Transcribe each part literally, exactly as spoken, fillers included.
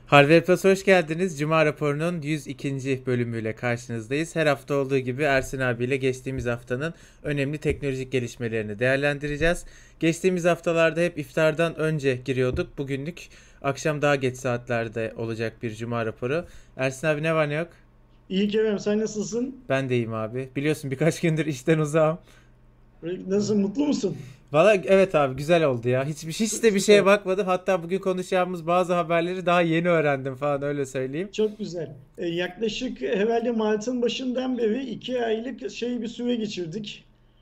Harvard Plus hoş geldiniz. Cuma raporunun yüz ikinci bölümüyle karşınızdayız. Her hafta olduğu gibi Ersin abiyle geçtiğimiz haftanın önemli teknolojik gelişmelerini değerlendireceğiz. Geçtiğimiz haftalarda hep iftardan önce giriyorduk. Bugünlük akşam daha geç saatlerde olacak bir Cuma raporu. Ersin abi ne var ne yok? İyi Kerem, sen nasılsın? Ben de iyiyim abi. Biliyorsun birkaç gündür işten uzağım. Nasılsın, mutlu musun? Valla evet abi güzel oldu ya. Hiç, hiç de bir şeye Süper, bakmadım. Hatta bugün konuşacağımız bazı haberleri daha yeni öğrendim falan öyle söyleyeyim. çok güzel. Ee, yaklaşık herhalde Mart'ın başından beri iki aylık şey bir süre geçirdik.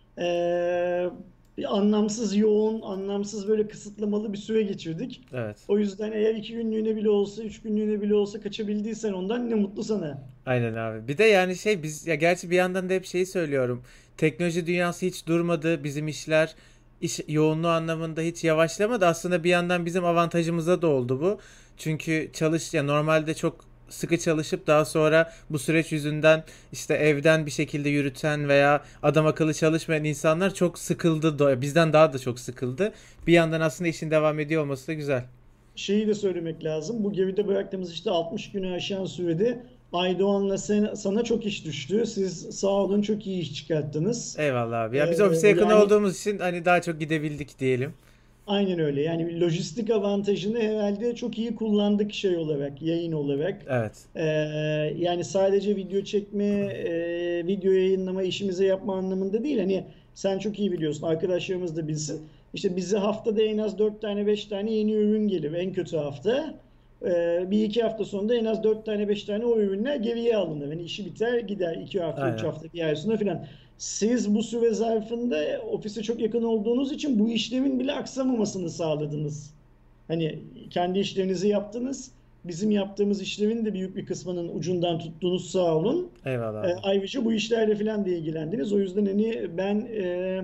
Ee, bir anlamsız yoğun, anlamsız böyle kısıtlamalı bir süre geçirdik. Evet. O yüzden eğer iki günlüğüne bile olsa, üç günlüğüne bile olsa kaçabildiysen ondan ne mutlu sana. Aynen abi. Bir de yani şey biz ya gerçi bir yandan da hep şeyi söylüyorum. Teknoloji dünyası hiç durmadı. Bizim işler iş yoğunluğu anlamında hiç yavaşlamadı. Aslında bir yandan bizim avantajımıza da oldu bu. Çünkü çalış ya normalde çok sıkı çalışıp daha sonra bu süreç yüzünden işte evden bir şekilde yürüten veya adam akıllı çalışmayan insanlar çok sıkıldı. da- Bizden daha da çok sıkıldı. Bir yandan aslında işin devam ediyor olması da güzel. Şeyi de söylemek lazım. Bu geride bıraktığımız işte altmış günü aşan sürede Aydoğan'la sen- sana çok iş düştü. Siz sağ olun çok iyi iş çıkarttınız. Eyvallah abi. Ee, Ya biz ofise yakın yani olduğumuz için hani daha çok gidebildik diyelim. aynen öyle. Yani lojistik avantajını herhalde çok iyi kullandık şey olarak, yayın olarak. Evet. Ee, yani sadece video çekme, e, video yayınlama işimize yapma anlamında değil. Hani sen çok iyi biliyorsun, arkadaşlarımız da bilsin. İşte bize haftada en az dört tane beş tane yeni ürün gelir en kötü hafta. Ee, bir iki hafta sonunda en az dört tane beş tane o ürünler geriye alınır. Yani işi biter gider iki hafta üç Aynen. hafta bir ay sonra filan. Siz bu süre zarfında ofise çok yakın olduğunuz için bu işlemin bile aksamamasını sağladınız. Hani kendi işlerinizi yaptınız. Bizim yaptığımız işlerin de büyük bir kısmının ucundan tuttunuz sağ olun. Eyvallah E, abi. ayrıca bu işlerle falan da ilgilendiniz. O yüzden hani ben e,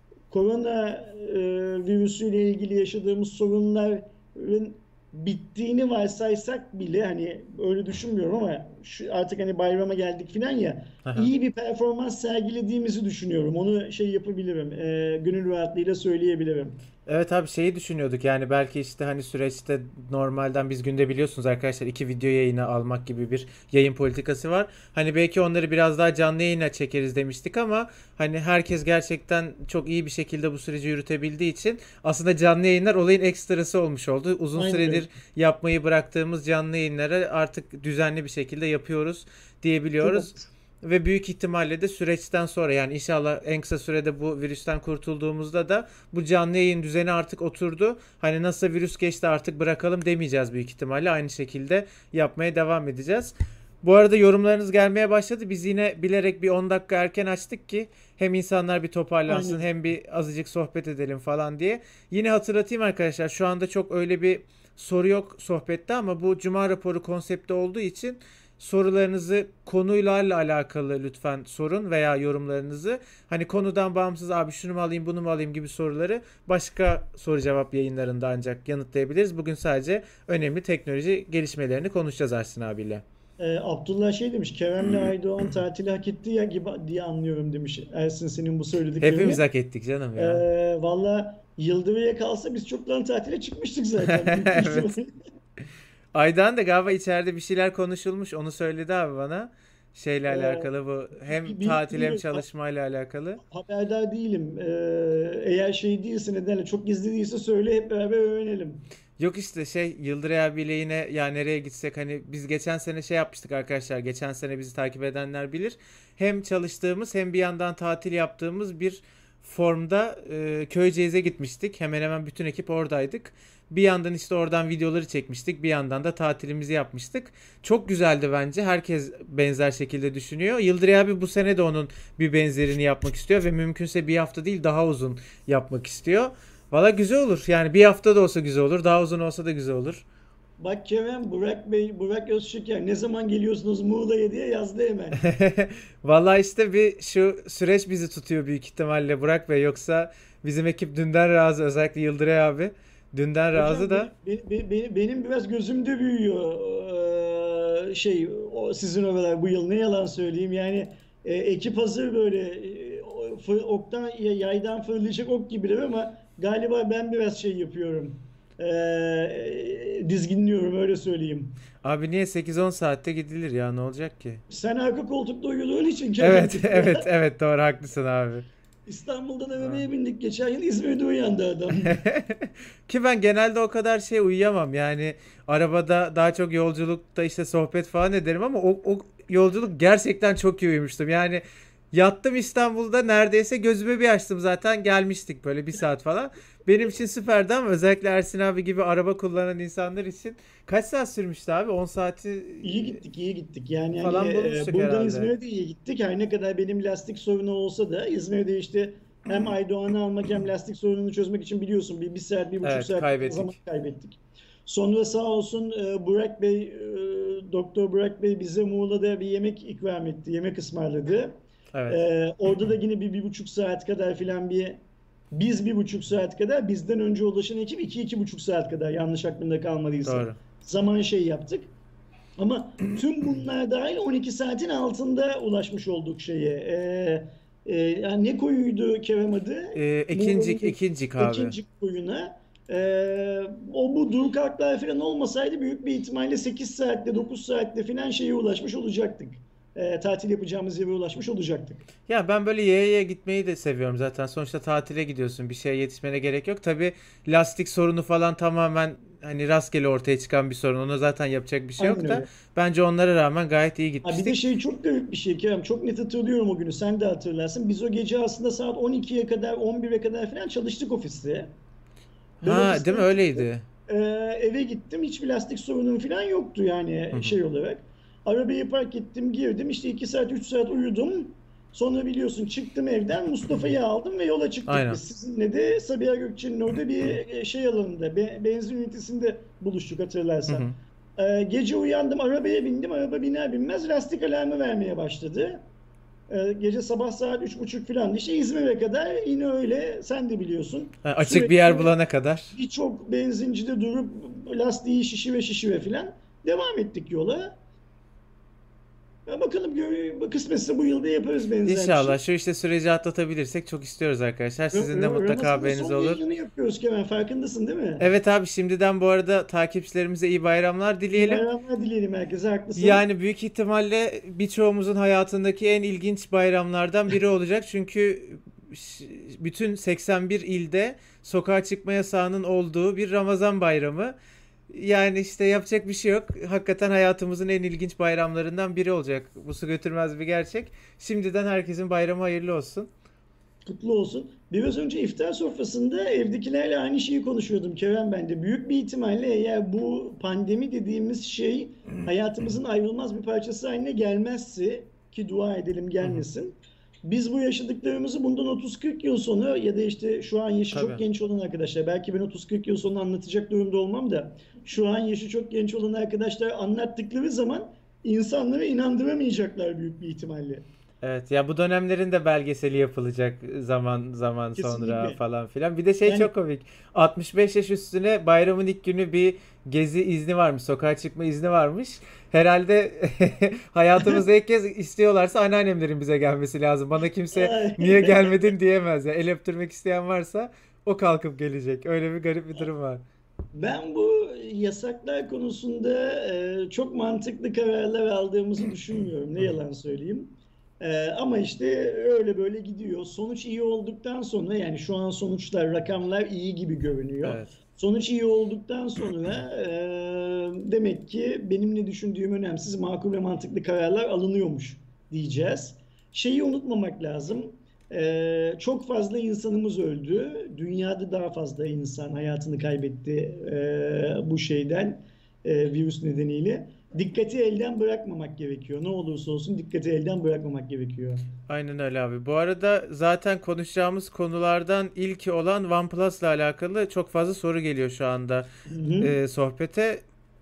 korona e, virüsüyle ilgili yaşadığımız sorunların bittiğini varsaysak bile hani öyle düşünmüyorum ama şu artık hani bayrama geldik falan ya Aha. iyi bir performans sergilediğimizi düşünüyorum. Onu şey yapabilirim. E, gönül rahatlığıyla söyleyebilirim. Evet abi şeyi düşünüyorduk yani belki işte hani süreçte normalden biz günde biliyorsunuz arkadaşlar iki video yayını almak gibi bir yayın politikası var. Hani belki onları biraz daha canlı yayına çekeriz demiştik ama hani herkes gerçekten çok iyi bir şekilde bu süreci yürütebildiği için aslında canlı yayınlar olayın ekstrası olmuş oldu. Uzun Aynen öyle. süredir yapmayı bıraktığımız canlı yayınları artık düzenli bir şekilde yapıyoruz Çok diyebiliyoruz. haklısın. Ve büyük ihtimalle de süreçten sonra yani inşallah en kısa sürede bu virüsten kurtulduğumuzda da bu canlı yayın düzeni artık oturdu. Hani nasıl virüs geçti artık bırakalım demeyeceğiz büyük ihtimalle. Aynı şekilde yapmaya devam edeceğiz. Bu arada yorumlarınız gelmeye başladı. Biz yine bilerek bir on dakika erken açtık ki hem insanlar bir toparlansın Aynen. hem bir azıcık sohbet edelim falan diye. Yine hatırlatayım arkadaşlar şu anda çok öyle bir soru yok sohbette ama bu Cuma raporu konsepti olduğu için sorularınızı konuyla alakalı lütfen sorun veya yorumlarınızı. Hani konudan bağımsız abi şunu mu alayım bunu mu alayım gibi soruları başka soru cevap yayınlarında ancak yanıtlayabiliriz. Bugün sadece önemli teknoloji gelişmelerini konuşacağız Ersin abiyle. Ee, Abdullah şey demiş, Kerem'le Aydoğan tatili hak etti ya gibi diye anlıyorum demiş Ersin senin bu Hepimiz söylediklerini. hak ettik canım Ee, ya. valla Yıldırı'ya kalsa biz çoktan tatile çıkmıştık zaten büyük bir Evet. ihtimalle. Aydan da galiba içeride bir şeyler konuşulmuş. Onu söyledi abi bana. Şeyle Ee, alakalı bu. Hem bi- bi- tatil hem bilmiyorum, ha- çalışmayla alakalı. haberdar değilim. Ee, eğer şey değilse nedenle çok gizli değilse söyle hep beraber öğrenelim. Yok işte şey Yıldıray abiyle yine ya nereye gitsek hani biz geçen sene şey yapmıştık arkadaşlar. Geçen sene bizi takip edenler bilir. Hem çalıştığımız hem bir yandan tatil yaptığımız bir formda e, Köyceğiz'e gitmiştik. Hemen hemen bütün ekip oradaydık. Bir yandan işte oradan videoları çekmiştik. Bir yandan da tatilimizi yapmıştık. Çok güzeldi bence. Herkes benzer şekilde düşünüyor. Yıldıray abi bu sene de onun bir benzerini yapmak istiyor ve mümkünse bir hafta değil daha uzun yapmak istiyor. Valla güzel olur. Yani bir hafta da olsa güzel olur. Daha uzun olsa da güzel olur. Bak Kerem, Burak Bey, Burak Özçeker ne zaman geliyorsunuz Muğla'ya diye yazdı hemen. Valla işte bir şu süreç bizi tutuyor büyük ihtimalle Burak Bey. Yoksa bizim ekip dünden razı. Özellikle Yıldıray abi. Dünden razı Hocam benim, da. benim, benim, benim biraz gözümde büyüyor eee, şey o sizin oralar bu yıl ne yalan söyleyeyim yani e, ekip hazır böyle e, fır- oktan yaydan fırlayacak ok gibiler ama galiba ben biraz şey yapıyorum. Ee, dizginliyorum öyle söyleyeyim. Abi niye sekiz on saatte gidilir ya, ne olacak ki? Sen arka koltukta uyuduğun için Kerem. Evet evet evet, doğru, haklısın abi. İstanbul'dan Ha. arabaya bindik. Geçen yıl İzmir'de uyandı adam. Ki ben genelde o kadar şey uyuyamam yani, arabada daha çok yolculukta işte sohbet falan ederim ama o, o yolculuk gerçekten çok iyi uyumuştum yani. Yattım İstanbul'da, neredeyse gözümü bir açtım zaten gelmiştik, böyle bir saat falan. Benim için süperdi ama özellikle Ersin abi gibi araba kullanan insanlar için kaç saat sürmüştü abi? on saati İyi gittik, iyi gittik. Yani hani falan e, bulmuştuk buradan herhalde. İzmir'e de iyi gittik. Her ne kadar benim lastik sorunu olsa da İzmir'de işte hem Aydoğan'ı almak hem lastik sorununu çözmek için biliyorsun bir, bir saat, bir buçuk Evet, saat zaman kaybettik. kaybettik. Sonra sağ olsun e, Burak Bey, e, Doktor Burak Bey bize Muğla'da bir yemek ikram etti, yemek ısmarladı. Evet, E, orada da yine bir, bir buçuk saat kadar filan bir biz bir buçuk saat kadar bizden önce ulaşan ekip iki iki buçuk saat kadar yanlış aklımda kalmadıysa doğru. zaman şey yaptık. Ama tüm bunlar dahil on iki saatin altında ulaşmış olduk şeye. Ee, e, yani ne koyuydu Kerem adı? Ee, Muğla'nın ikincik ikincik abi. ikinci koyuna. Ee, o bu dur kalklar falan olmasaydı büyük bir ihtimalle sekiz saatte dokuz saatte falan şeye ulaşmış olacaktık. Ee, tatil yapacağımız yere ulaşmış olacaktık. Ya ben böyle yayaya gitmeyi de seviyorum zaten. Sonuçta tatile gidiyorsun. Bir şeye yetişmene gerek yok. Tabii lastik sorunu falan tamamen hani rastgele ortaya çıkan bir sorun. Ona zaten yapacak bir şey Aynen yok da öyle. bence onlara rağmen gayet iyi Ha bir de gitmiştik. şey çok garip bir şey Kerem. Çok net hatırlıyorum o günü. Sen de hatırlarsın. Biz o gece aslında saat on ikiye kadar on bire kadar falan çalıştık ofiste. Ben Ha, değil mi, ofisten çıktım. öyleydi. e, eve gittim. Hiçbir lastik sorunum falan yoktu Hı yani hı. şey olarak. Arabayı park ettim, girdim. İşte iki saat, üç saat uyudum. Sonra biliyorsun çıktım evden. Mustafa'yı aldım ve yola çıktık Aynen. biz. Sizinle de Sabiha Gökçen'in orada bir e, şey alanında, be- benzin ünitesinde buluştuk Hı hatırlarsan. hı. E, gece uyandım, arabaya bindim. Araba biner binmez lastik alarmı vermeye başladı. E, gece sabah saat üç buçuk falan. İşte İzmir'e kadar yine öyle. Sen de biliyorsun. Ha, açık bir yer Sürekli bulana kadar. birçok benzincide durup lastiği şişive şişive filan devam ettik yola. Ya bakalım gö- kısmetse bu yılda yaparız benzer bir İnşallah şey. şu işte süreci atlatabilirsek çok istiyoruz arkadaşlar. Ra- Sizin de Ra- mutlaka Ramazan'da haberiniz son olur. yayınını yapıyoruz Kemal farkındasın değil mi? Evet abi, şimdiden bu arada takipçilerimize iyi bayramlar İyi dileyelim. bayramlar dileyelim herkese haklısın. Yani büyük ihtimalle birçoğumuzun hayatındaki en ilginç bayramlardan biri olacak. Çünkü ş- bütün seksen bir ilde sokağa çıkma yasağının olduğu bir Ramazan bayramı. Yani işte yapacak bir şey yok. Hakikaten hayatımızın en ilginç bayramlarından biri olacak. Bu su götürmez bir gerçek. Şimdiden herkesin bayramı hayırlı olsun. Kutlu olsun. Biraz önce iftar sofrasında evdekilerle aynı şeyi konuşuyordum Kerem ben de. Büyük bir ihtimalle eğer bu pandemi dediğimiz şey hayatımızın ayrılmaz bir parçası haline gelmezse ki dua edelim Hı hı. gelmesin. Biz bu yaşadıklarımızı bundan otuz kırk yıl sonra ya da işte şu an yaşı çok Tabii. genç olan arkadaşlar belki ben otuz kırk yıl sonra anlatacak durumda olmam da şu an yaşı çok genç olan arkadaşlar anlattıkları zaman insanları inandıramayacaklar büyük bir ihtimalle. Evet ya, bu dönemlerin de belgeseli yapılacak zaman zaman sonra Kesinlikle. falan filan. Bir de şey Yani çok komik. altmış beş yaş üstüne bayramın ilk günü bir gezi izni varmış. Sokağa çıkma izni varmış. Herhalde hayatımızda ilk kez istiyorlarsa anneannemlerin bize gelmesi lazım. Bana kimse niye gelmedin diyemez ya. El öptürmek isteyen varsa o kalkıp gelecek. Öyle bir garip bir durum var. Ben bu yasaklar konusunda e, çok mantıklı kararlar aldığımızı düşünmüyorum. Ne Hı hı. yalan söyleyeyim. E, ama işte öyle böyle gidiyor. Sonuç iyi olduktan sonra yani şu an sonuçlar, rakamlar iyi gibi görünüyor. Evet. Sonuç iyi olduktan sonra e, demek ki benim ne düşündüğüm önemsiz, makul ve mantıklı kararlar alınıyormuş diyeceğiz. Şeyi unutmamak lazım. Ee, çok fazla insanımız öldü. Dünyada daha fazla insan hayatını kaybetti ee, bu şeyden, ee, virüs nedeniyle. Dikkati elden bırakmamak gerekiyor. Ne olursa olsun dikkati elden bırakmamak gerekiyor. Aynen öyle abi. Bu arada zaten konuşacağımız konulardan ilki olan OnePlus'la alakalı çok fazla soru geliyor şu anda Hı hı. e, sohbete.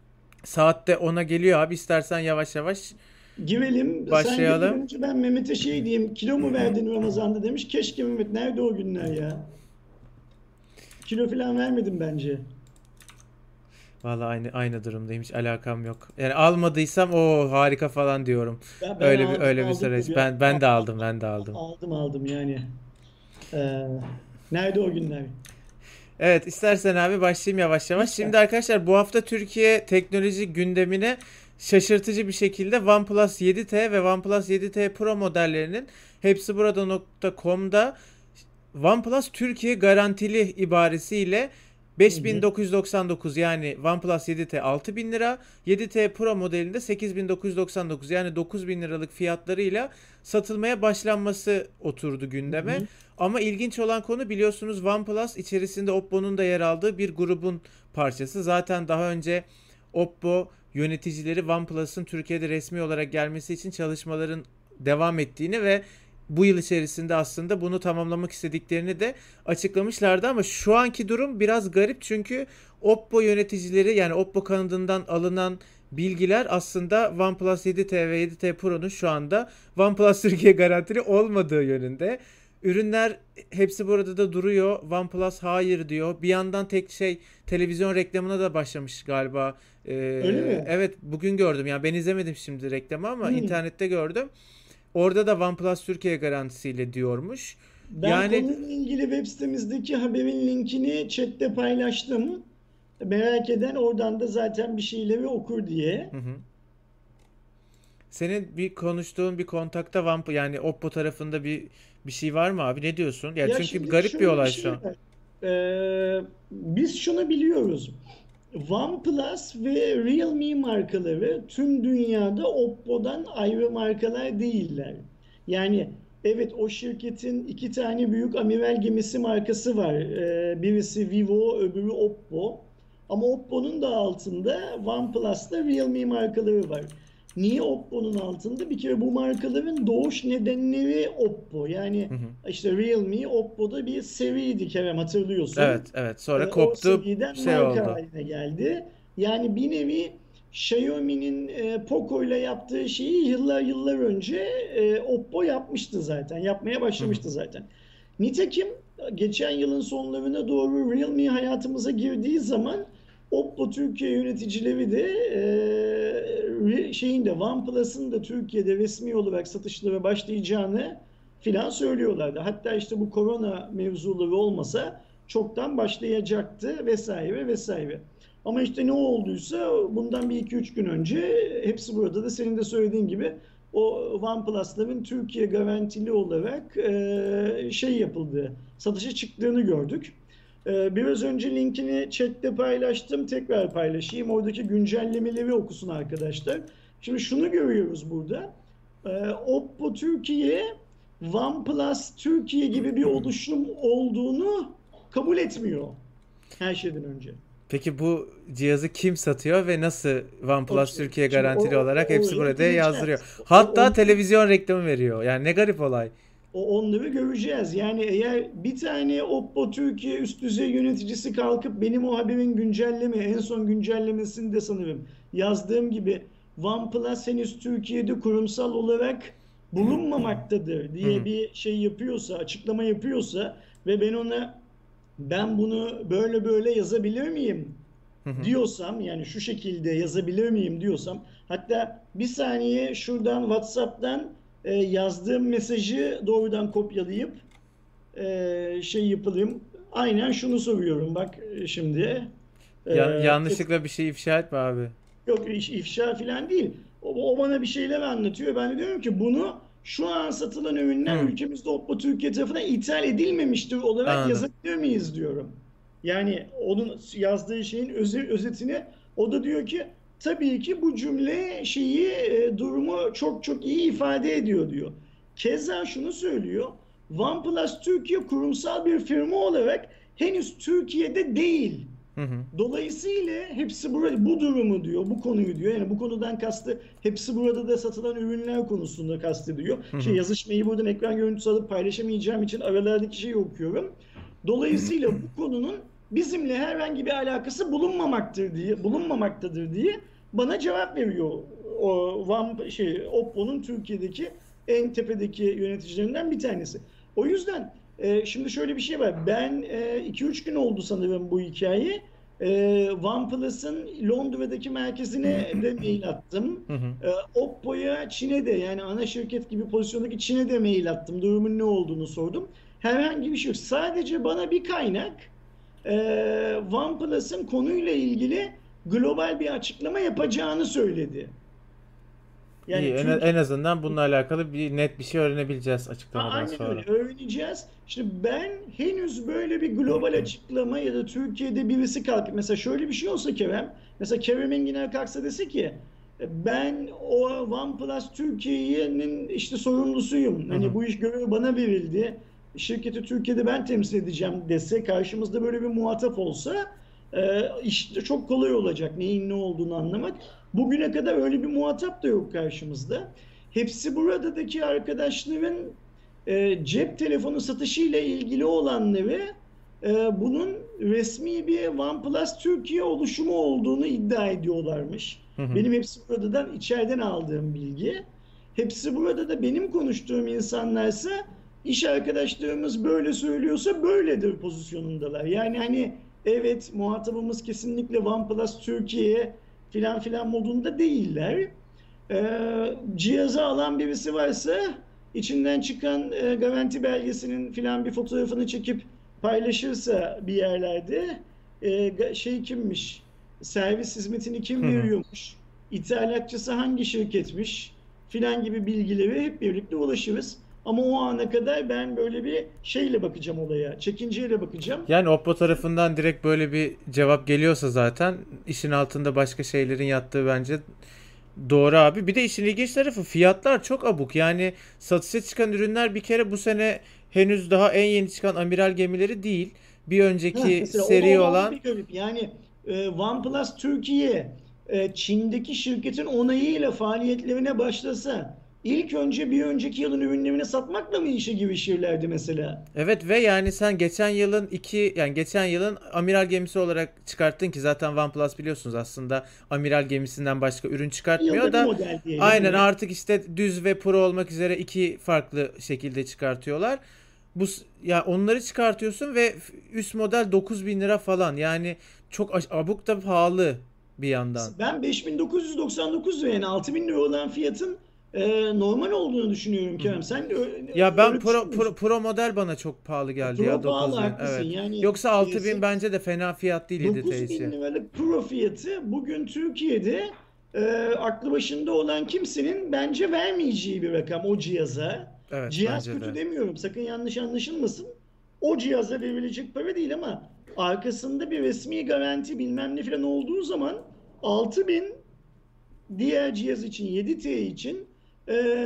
Saatte ona geliyor abi. İstersen yavaş yavaş Girelim. Sen girmeden başlayalım. önce ben Mehmet'e şey diyeyim. Kilo mu verdin Ramazan'da demiş. Keşke Mehmet. Nerede o günler ya? Kilo falan vermedim bence. Vallahi aynı aynı durumdayım. Hiç alakam yok. Yani almadıysam o harika falan diyorum. Ben, ben Öyle bir aldım öyle bir aldım süreç. tabii. Ben A- ben de a- aldım, ben de aldım. Aldım aldım yani. Ee, nerede o günler? Evet, istersen abi başlayayım yavaş yavaş. Lütfen. Şimdi arkadaşlar bu hafta Türkiye teknoloji gündemine şaşırtıcı bir şekilde OnePlus yedi T ve OnePlus yedi T Pro modellerinin hepsi burada nokta com'da OnePlus Türkiye garantili ibaresiyle Hı hı. beş bin dokuz yüz doksan dokuz, yani OnePlus yedi T altı bin lira, yedi T Pro modelinde sekiz bin dokuz yüz doksan dokuz, yani dokuz bin liralık fiyatlarıyla satılmaya başlanması oturdu Hı gündeme. hı. Ama ilginç olan konu, biliyorsunuz OnePlus içerisinde Oppo'nun da yer aldığı bir grubun parçası. Zaten daha önce Oppo yöneticileri OnePlus'ın Türkiye'de resmi olarak gelmesi için çalışmaların devam ettiğini ve bu yıl içerisinde aslında bunu tamamlamak istediklerini de açıklamışlardı. Ama şu anki durum biraz garip, çünkü Oppo yöneticileri, yani Oppo kanadından alınan bilgiler aslında OnePlus yedi T ve yedi T Pro'nun şu anda OnePlus Türkiye garantili olmadığı yönünde. Ürünler hepsi burada da duruyor. OnePlus hayır diyor. Bir yandan tek şey, televizyon reklamına da başlamış galiba. Öyle Ee, mi? evet, bugün gördüm. Yani ben izlemedim şimdi reklamı ama Hı. internette gördüm. Orada da OnePlus Türkiye garantisiyle diyormuş. Ben Yani konuyla ilgili web sitemizdeki haberin linkini chatte paylaştım. Merak eden oradan da zaten bir şeyleri okur diye. hı hı. Senin bir konuştuğun bir kontakta One, yani Oppo tarafında bir bir şey var mı abi? Ne diyorsun? Ya Ya çünkü şimdi garip bir şöyle bir olay şu şey an. var. Ee, biz şunu biliyoruz. OnePlus ve Realme markaları tüm dünyada Oppo'dan ayrı markalar değiller. Yani evet, o şirketin iki tane büyük amiral gemisi markası var. Ee, birisi Vivo, öbürü Oppo. Ama Oppo'nun da altında OnePlus'ta Realme markaları var. Niye Oppo'nun altında? Bir kere bu markaların doğuş nedenleri Oppo. Yani Hı hı. işte Realme, Oppo'da bir seriydi Kerem, hatırlıyorsun. Evet, evet. E, Sonra o koptu, seviyeden şey marka oldu. haline geldi. Yani bir nevi Xiaomi'nin e, Poco ile yaptığı şeyi yıllar yıllar önce e, Oppo yapmıştı zaten. Yapmaya Hı hı. başlamıştı zaten. Nitekim geçen yılın sonlarına doğru Realme hayatımıza girdiği zaman Oppo Türkiye yöneticileri de e, şeyin de OnePlus'ın da Türkiye'de resmi olarak satışlara başlayacağını filan söylüyorlardı. Hatta işte bu korona mevzuları olmasa çoktan başlayacaktı vesaire vesaire. Ama işte ne olduysa bundan bir iki üç gün önce hepsi burada da senin de söylediğin gibi o OnePlus'ların Türkiye garantili olarak e, şey yapıldığı, satışa çıktığını gördük. E, biraz önce linkini chatte paylaştım. Tekrar paylaşayım. Oradaki güncellemeleri okusun arkadaşlar. Şimdi şunu görüyoruz burada. E, Oppo Türkiye, OnePlus Türkiye gibi bir oluşum olduğunu kabul etmiyor her şeyden önce. Peki bu cihazı kim satıyor ve nasıl OnePlus Okey. Türkiye Şimdi o, garantili o- olarak o- hepsi oraya burada yazdırıyor. gireceğiz. O, Hatta on- televizyon reklamı veriyor. Yani ne garip olay. o onları göreceğiz. Yani eğer bir tane Oppo Türkiye üst düzey yöneticisi kalkıp benim o haberin güncelleme, en son güncellemesini de sanırım yazdığım gibi OnePlus henüz Türkiye'de kurumsal olarak bulunmamaktadır Hı diye hı. bir şey yapıyorsa, açıklama yapıyorsa ve ben ona ben bunu böyle böyle yazabilir miyim Hı hı. diyorsam, yani şu şekilde yazabilir miyim diyorsam, hatta bir saniye şuradan WhatsApp'tan e, yazdığım mesajı doğrudan kopyalayıp e, şey yapayım. Aynen şunu soruyorum bak e, şimdi. E, Ya- yanlışlıkla bir şey ifşa etme abi. Yok, iş- ifşa falan değil. O, o bana bir şeyler anlatıyor. Ben de diyorum ki bunu şu an satılan ürünler Hı, ülkemizde Oppo Türkiye tarafından ithal edilmemiştir olarak anladım. yazabilir miyiz diyorum. Yani onun yazdığı şeyin özü, özetini o da diyor ki tabii ki bu cümle şeyi e, durumu çok çok iyi ifade ediyor diyor. Keza şunu söylüyor. OnePlus Türkiye kurumsal bir firma olarak henüz Türkiye'de değil. Hı hı. Dolayısıyla hepsi burada bu durumu diyor, bu konuyu diyor. Yani bu konudan kastı hepsi burada da satılan ürünler konusunda kastediyor. Hı Şey, hı. yazışmayı buradan ekran görüntüsü alıp paylaşamayacağım için aralardaki şeyi okuyorum. Dolayısıyla bu konunun bizimle herhangi bir alakası bulunmamaktır diye, bulunmamaktadır diye bana cevap veriyor. O One, şey Oppo'nun Türkiye'deki en tepedeki yöneticilerinden bir tanesi. O yüzden e, şimdi şöyle bir şey var. Ben iki üç gün oldu sanırım bu hikaye. E, OnePlus'ın Londra'daki merkezine de mail attım. Hı hı. E, Oppo'ya, Çin'e de, yani ana şirket gibi pozisyondaki Çin'e de mail attım. Durumun ne olduğunu sordum. Herhangi bir şey yok. Sadece bana bir kaynak e, OnePlus'ın konuyla ilgili global bir açıklama yapacağını söyledi. İyi, Yani en, en Türkiye. azından bununla alakalı bir net bir şey öğrenebileceğiz A- açıklamadan Aynen öyle. sonra. Öğreneceğiz. İşte ben henüz böyle bir global açıklama ya da Türkiye'de birisi kalkıp mesela şöyle bir şey olsa Kerem, mesela Kerem Enginer kalksa dese ki ben o OnePlus Türkiye'nin işte sorumlusuyum. Hı hı. Hani bu iş görevi bana verildi. Şirketi Türkiye'de ben temsil edeceğim dese, karşımızda böyle bir muhatap olsa e, işte çok kolay olacak neyin ne olduğunu anlamak. Bugüne kadar öyle bir muhatap da yok karşımızda. Hepsi buradaki arkadaşların e, cep telefonu satışı ile ilgili olanları e, bunun resmi bir OnePlus Türkiye oluşumu olduğunu iddia ediyorlarmış. Hı hı. Benim hepsi buradan içeriden aldığım bilgi. Hepsi burada da benim konuştuğum insanlarsa iş arkadaşlarımız böyle söylüyorsa böyledir pozisyonundalar. Yani hani evet muhatabımız kesinlikle OnePlus Türkiye filan filan modunda değiller. Ee, cihazı alan birisi varsa içinden çıkan e, garanti belgesinin filan bir fotoğrafını çekip paylaşırsa bir yerlerde e, şey kimmiş, servis hizmetini Hı kim hı. veriyormuş, ithalatçısı hangi şirketmiş filan gibi bilgileri hep birlikte ulaşırız. Ama o ana kadar ben böyle bir şeyle bakacağım olaya, çekinceyle bakacağım. Yani Oppo tarafından direkt böyle bir cevap geliyorsa zaten işin altında başka şeylerin yattığı bence doğru abi. Bir de işin ilginç tarafı fiyatlar çok abuk. Yani satışa çıkan ürünler bir kere bu sene henüz daha en yeni çıkan amiral gemileri değil. Bir Heh, önceki mesela o da, seri o da, o da olan. bir garip. Yani e, OnePlus Türkiye e, Çin'deki şirketin onayıyla faaliyetlerine başlasa ilk önce bir önceki yılın ürünlerini satmakla mı işe girişirlerdi mesela? Evet ve yani sen geçen yılın iki yani geçen yılın amiral gemisi olarak çıkarttın ki zaten OnePlus biliyorsunuz aslında amiral gemisinden başka ürün çıkartmıyor Yılda bir da model diyelim aynen hani. artık işte düz ve pro olmak üzere iki farklı şekilde çıkartıyorlar. Bu s- ya onları çıkartıyorsun ve f- üst model dokuz bin lira falan yani çok aş- abuk da pahalı bir yandan. Ben beş bin dokuz yüz doksan dokuz lira yani altı bin lira olan fiyatın e, normal olduğunu düşünüyorum Hı hı. Kerem. Sen öyle, Ya ben öyle pro, düşünüyor pro, musun? pro model bana çok pahalı E, geldi ya Pro pahalı dokuz bin haklısın. evet. Yani Yoksa e, altı bin sekiz bence de fena fiyat değil yedi T dokuz bin için. liralık Pro fiyatı bugün Türkiye'de e, aklı başında olan kimsenin bence vermeyeceği bir rakam o cihaza. Evet Cihaz bence kötü de. demiyorum, sakın yanlış anlaşılmasın. O cihaza verilecek para değil ama arkasında bir resmi garanti bilmem ne falan olduğu zaman altı bin diğer cihaz için yedi T için e,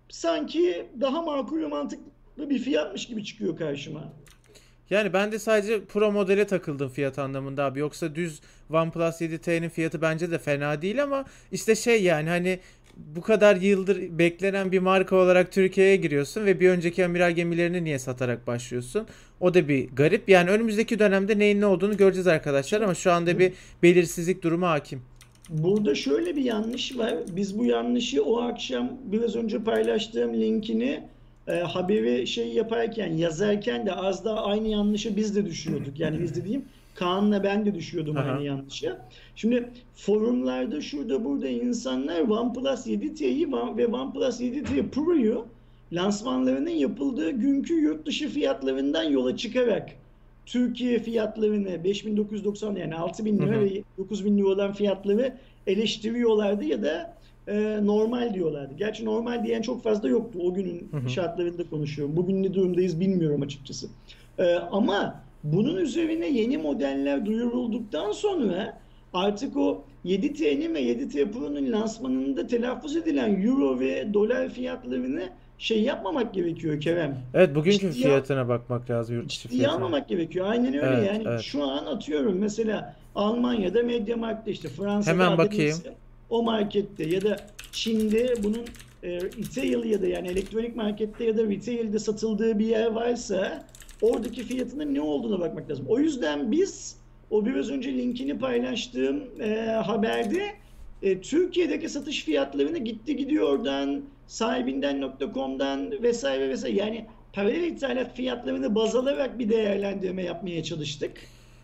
sanki daha makul ve mantıklı bir fiyatmış gibi çıkıyor karşıma. Yani ben de sadece Pro modele takıldım fiyat anlamında abi. Yoksa düz OnePlus yedi T'nin fiyatı bence de fena değil ama işte şey yani hani bu kadar yıldır beklenen bir marka olarak Türkiye'ye giriyorsun ve bir önceki amiral gemilerini niye satarak başlıyorsun? O da bir garip. Yani önümüzdeki dönemde neyin ne olduğunu göreceğiz arkadaşlar ama şu anda bir Bu, belirsizlik durumu hakim. Burada şöyle bir yanlış var. Biz bu yanlışı o akşam biraz önce paylaştığım linkini e, haberi şey yaparken, yazarken de az daha aynı yanlışı biz de düşüyorduk. Yani biz de diyeyim, Kaan'la ben de düşüyordum aynı Aha. yanlışa. Şimdi forumlarda şurada burada insanlar OnePlus yedi T'yi ve OnePlus yedi T Pro'yu lansmanlarının yapıldığı günkü yurt dışı fiyatlarından yola çıkarak Türkiye fiyatlarını beş bin dokuz yüz doksan yani altı bin Hı lira hı. ve dokuz bin lira olan fiyatları eleştiriyorlardı ya da e, normal diyorlardı. Gerçi normal diyen çok fazla yoktu. O günün Hı hı. şartlarında konuşuyorum. Bugün ne durumdayız bilmiyorum açıkçası. E, ama bunun üzerine yeni modeller duyurulduktan sonra artık o yedi T'nin ve yedi T Pro'nun lansmanında telaffuz edilen euro ve dolar fiyatlarını şey yapmamak gerekiyor Kerem. Evet bugünkü Ciddiye fiyatına bakmak lazım yurt dışı ciddiye fiyatına. almamak gerekiyor. Aynen öyle Evet, yani. evet. Şu an atıyorum mesela Almanya'da MediaMarkt'ta işte Fransa'da Hemen adı bakayım. neyse o markette ya da Çin'de bunun e, retail ya da yani elektronik markette ya da retail'de satıldığı bir yer varsa oradaki fiyatının ne olduğuna bakmak lazım. O yüzden biz o biraz önce linkini paylaştığım e, haberde e, Türkiye'deki satış fiyatlarını gitti gidiyordan sahibinden nokta com'dan vesaire vesaire yani paralel ithalat fiyatlarını baz alarak bir değerlendirme yapmaya çalıştık.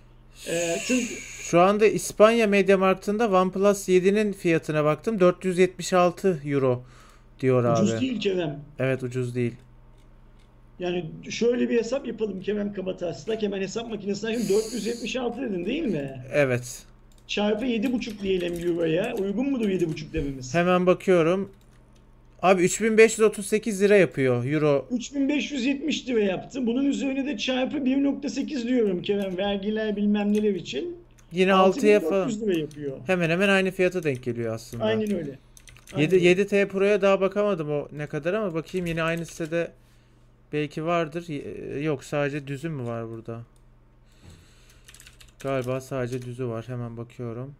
E, çünkü Şu anda İspanya MediaMarkt'ında OnePlus yedinin fiyatına baktım. dört yüz yetmiş altı euro diyor ucuz abi. değil Kerem. Evet ucuz değil. Yani şöyle bir hesap yapalım Kerem Kabataslak. Hemen hesap makinesinden şimdi dört yüz yetmiş altı dedin değil mi? Evet. Çarpı yedi buçuk diyelim euroya. Uygun mudur yedi buçuk dememiz? Hemen bakıyorum. Abi üç bin beş yüz otuz sekiz lira yapıyor euro. üç bin beş yüz yetmiş lira yaptı. Bunun üzerine de çarpı bir nokta sekiz diyorum Kerem. Vergiler bilmem neler için. Yine altıya falan. altı bin dört yüz lira yapıyor. Hemen hemen aynı fiyata denk geliyor aslında. Aynen öyle. Aynen yedi, öyle. yedi T Pro'ya daha bakamadım o ne kadar ama bakayım yine aynı sitede belki vardır. Y- Yok, sadece düzü mü var burada? Galiba sadece düzü var. Hemen bakıyorum.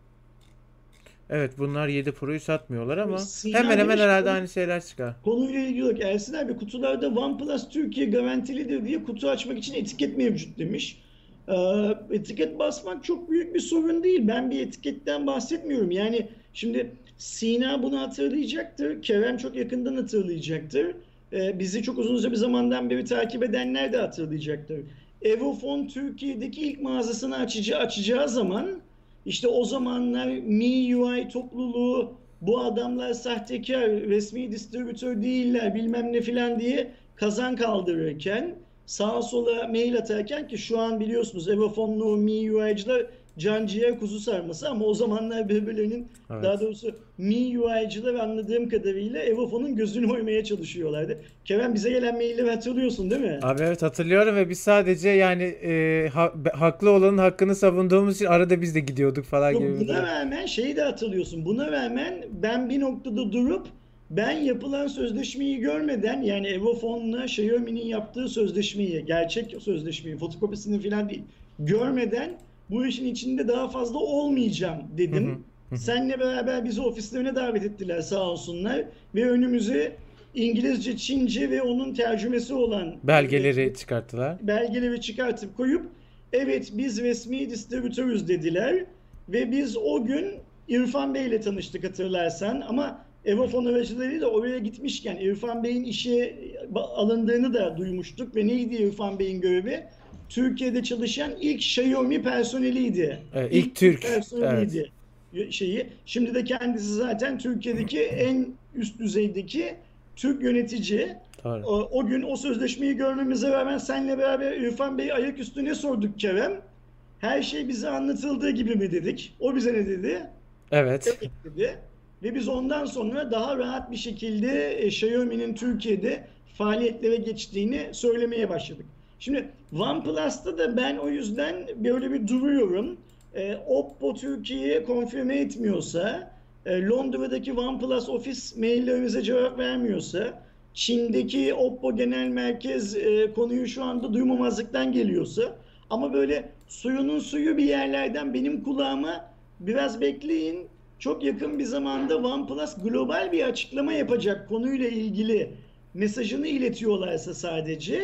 Evet, bunlar yedi Pro'yu satmıyorlar ama Sina hemen hemen demiş ki, herhalde aynı şeyler çıkar. konuyla ilgili olarak Ersin abi kutularda OnePlus Türkiye garantilidir diye kutu açmak için etiket mevcut demiş. Ee, etiket basmak çok büyük bir sorun değil. Ben bir etiketten bahsetmiyorum. Yani şimdi Sina bunu hatırlayacaktır. Kerem çok yakından hatırlayacaktır. Ee, bizi çok uzun bir zamandan beri takip edenler de hatırlayacaktır. Evofon Türkiye'deki ilk mağazasını açacağı, açacağı zaman işte o zamanlar M I U I topluluğu bu adamlar sahtekar, resmi distribütör değiller bilmem ne filan diye kazan kaldırırken sağa sola mail atarken ki şu an biliyorsunuz Evofonlu M I U I'cılar can ciğer kuzu sarması ama o zamanlar birbirlerinin Evet. daha doğrusu M I U I'cılar anladığım kadarıyla Evofon'un gözünü oymaya çalışıyorlardı. Kerem bize gelen mailleri hatırlıyorsun değil mi? Abi evet, hatırlıyorum ve biz sadece yani e, ha- be- haklı olanın hakkını savunduğumuz için arada biz de gidiyorduk falan Yok, gibi bir buna durum. rağmen şeyi de hatırlıyorsun. Buna rağmen ben bir noktada durup ben yapılan sözleşmeyi görmeden yani Evofon'la Xiaomi'nin yaptığı sözleşmeyi, gerçek sözleşmeyi, fotokopisini falan değil, görmeden bu işin içinde daha fazla olmayacağım Hı hı, dedim. hı hı. Seninle beraber bizi ofislerine davet ettiler sağ olsunlar ve önümüze İngilizce, Çince ve onun tercümesi olan Belgeleri çıkarttılar. belgeleri çıkartıp koyup evet biz resmi distribütörüz dediler ve biz o gün İrfan Bey ile tanıştık hatırlarsan ama Evofon aracılığıyla oraya gitmişken İrfan Bey'in işe alındığını da duymuştuk ve neydi İrfan Bey'in görevi? Türkiye'de çalışan ilk Xiaomi personeliydi. Evet, ilk Türk. personeliydi şeyi. Şimdi de kendisi zaten Türkiye'deki en üst düzeydeki Türk yönetici. Doğru. O, o gün o sözleşmeyi görmemize rağmen seninle beraber İrfan Bey ayaküstü ne sorduk Kerem? Her şey bize anlatıldığı gibi mi dedik? O bize ne dedi? Evet. Evet dedi. Ve biz ondan sonra daha rahat bir şekilde e, Xiaomi'nin Türkiye'de faaliyetlere geçtiğini söylemeye başladık. Şimdi OnePlus'ta da ben o yüzden böyle bir duruyorum. E, Oppo Türkiye'ye konfirme etmiyorsa, e, Londra'daki OnePlus ofis maillerimize cevap vermiyorsa, Çin'deki Oppo Genel Merkez e, konuyu şu anda duymamazlıktan geliyorsa ama böyle suyunun suyu bir yerlerden benim kulağıma biraz bekleyin. Çok yakın bir zamanda OnePlus global bir açıklama yapacak konuyla ilgili mesajını iletiyorlarsa sadece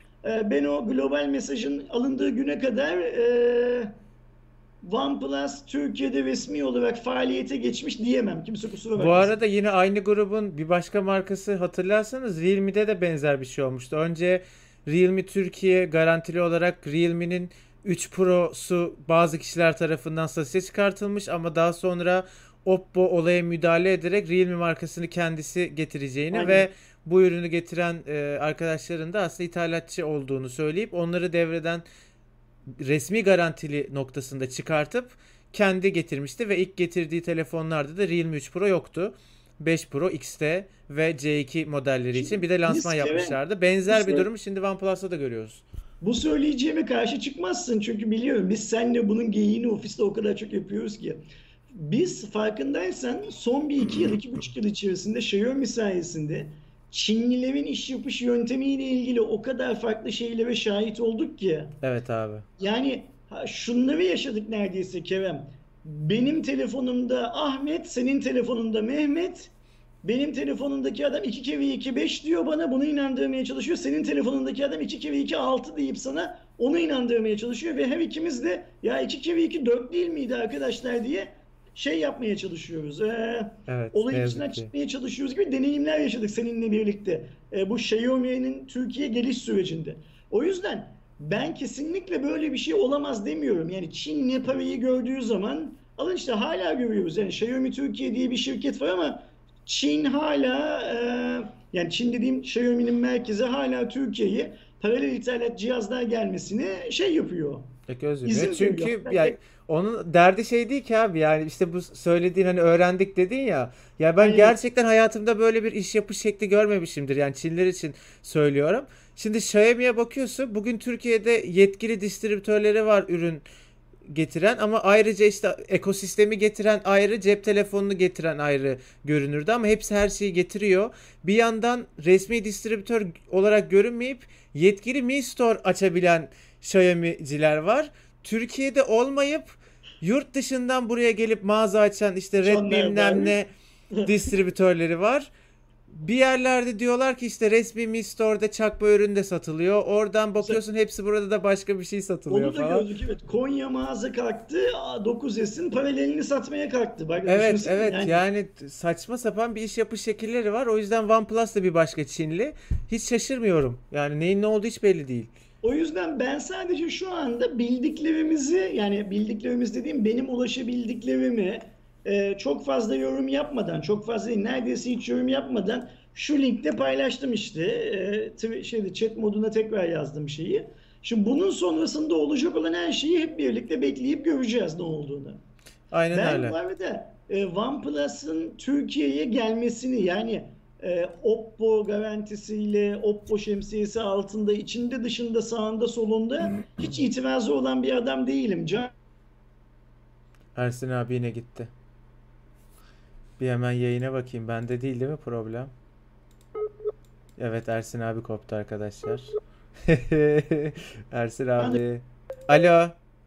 e, ben o global mesajın alındığı güne kadar e, OnePlus Türkiye'de resmi olarak faaliyete geçmiş diyemem. Kimse kusura Bu bakmasın. arada yine aynı grubun bir başka markası, hatırlarsanız Realme'de de benzer bir şey olmuştu. Önce Realme Türkiye garantili olarak Realme'nin üç Pro'su bazı kişiler tarafından satışa çıkartılmış ama daha sonra Oppo olaya müdahale ederek Realme markasını kendisi getireceğini Aynen. ve bu ürünü getiren e, arkadaşların da aslında ithalatçı olduğunu söyleyip onları devreden resmi garantili noktasında çıkartıp kendi getirmişti ve ilk getirdiği telefonlarda da Realme üç Pro yoktu. beş Pro X T ve C iki modelleri Şimdi için bir de lansman biz yapmışlardı. Benzer bir bu- durumu şimdi OnePlus'ta da görüyoruz. Bu söyleyeceğime karşı çıkmazsın çünkü biliyorum biz seninle bunun geyiğini ofiste o kadar çok yapıyoruz ki. Biz farkındaysan son bir iki yıl, iki buçuk yıl içerisinde Xiaomi sayesinde Çinlilerin iş yapış yöntemiyle ilgili o kadar farklı şeylere şahit olduk ki. Evet abi. Yani ha, şunları yaşadık neredeyse Kerem. Benim telefonumda Ahmet, senin telefonunda Mehmet. Benim telefonumdaki adam iki kere iki beş diyor bana, bunu inandırmaya çalışıyor. Senin telefonundaki adam iki kere iki altı deyip sana onu inandırmaya çalışıyor. Ve her ikimiz de ya iki kere iki dört değil miydi arkadaşlar diye şey yapmaya çalışıyoruz. Ee, Evet, olayın ne içinden yazık ki. çıkmaya çalışıyoruz gibi deneyimler yaşadık seninle birlikte. Ee, bu Xiaomi'nin Türkiye geliş sürecinde. O yüzden ben kesinlikle böyle bir şey olamaz demiyorum. Yani Çin ne parayı gördüğü zaman alın işte hala görüyoruz. Yani Xiaomi Türkiye diye bir şirket var ama Çin hala Yani Çin dediğim Xiaomi'nin merkezi hala Türkiye'ye paralel ithalat cihazlar gelmesine şey yapıyor. Ya gözüm ya İzin veriyor. çünkü Hatta ya tek- onun derdi şey değil ki abi, yani işte bu söylediğin hani öğrendik dedin ya, ya ben aynen gerçekten hayatımda böyle bir iş yapış şekli görmemişimdir, yani Çinliler için söylüyorum. Şimdi Xiaomi'ye bakıyorsun, bugün Türkiye'de yetkili distribütörleri var ürün getiren, ama ayrıca işte ekosistemi getiren ayrı, cep telefonunu getiren ayrı görünürdü, ama hepsi her şeyi getiriyor. Bir yandan resmi distribütör olarak görünmeyip yetkili Mi Store açabilen Xiaomi'ciler var. Türkiye'de olmayıp yurt dışından buraya gelip mağaza açan işte Red Şanlar var. bilmem ne distribütörleri var. Bir yerlerde diyorlar ki işte resmi Mi Store'da çakma ürün de satılıyor. Oradan Mesela bakıyorsun hepsi burada da başka bir şey satılıyor onu da falan. gördük, evet. Konya mağaza kalktı. dokuz S'in paralelini satmaya kalktı. Bak Evet, düşünsene evet, yani. yani saçma sapan bir iş yapış şekilleri var. O yüzden OnePlus da bir başka Çinli. Hiç şaşırmıyorum. Yani neyin ne olduğu hiç belli değil. O yüzden ben sadece şu anda bildiklerimizi, yani bildiklerimiz dediğim benim ulaşabildiklerimi e, çok fazla yorum yapmadan, çok fazla değil, neredeyse hiç yorum yapmadan şu linkte paylaştım işte. E, tw- şeyde chat moduna tekrar yazdım şeyi. Şimdi bunun sonrasında olacak olan her şeyi hep birlikte bekleyip göreceğiz ne olduğunu. Aynen Ben öyle. bu arada e, OnePlus'ın Türkiye'ye gelmesini, yani e, Oppo garantisiyle, Oppo şemsiyesi altında, içinde dışında sağında solunda hiç itirazı olan bir adam değilim. Can Ersin abi yine gitti. Bir hemen yayına bakayım. Bende değil değil mi problem? Evet, Ersin abi koptu arkadaşlar. Ersin abi. Alo.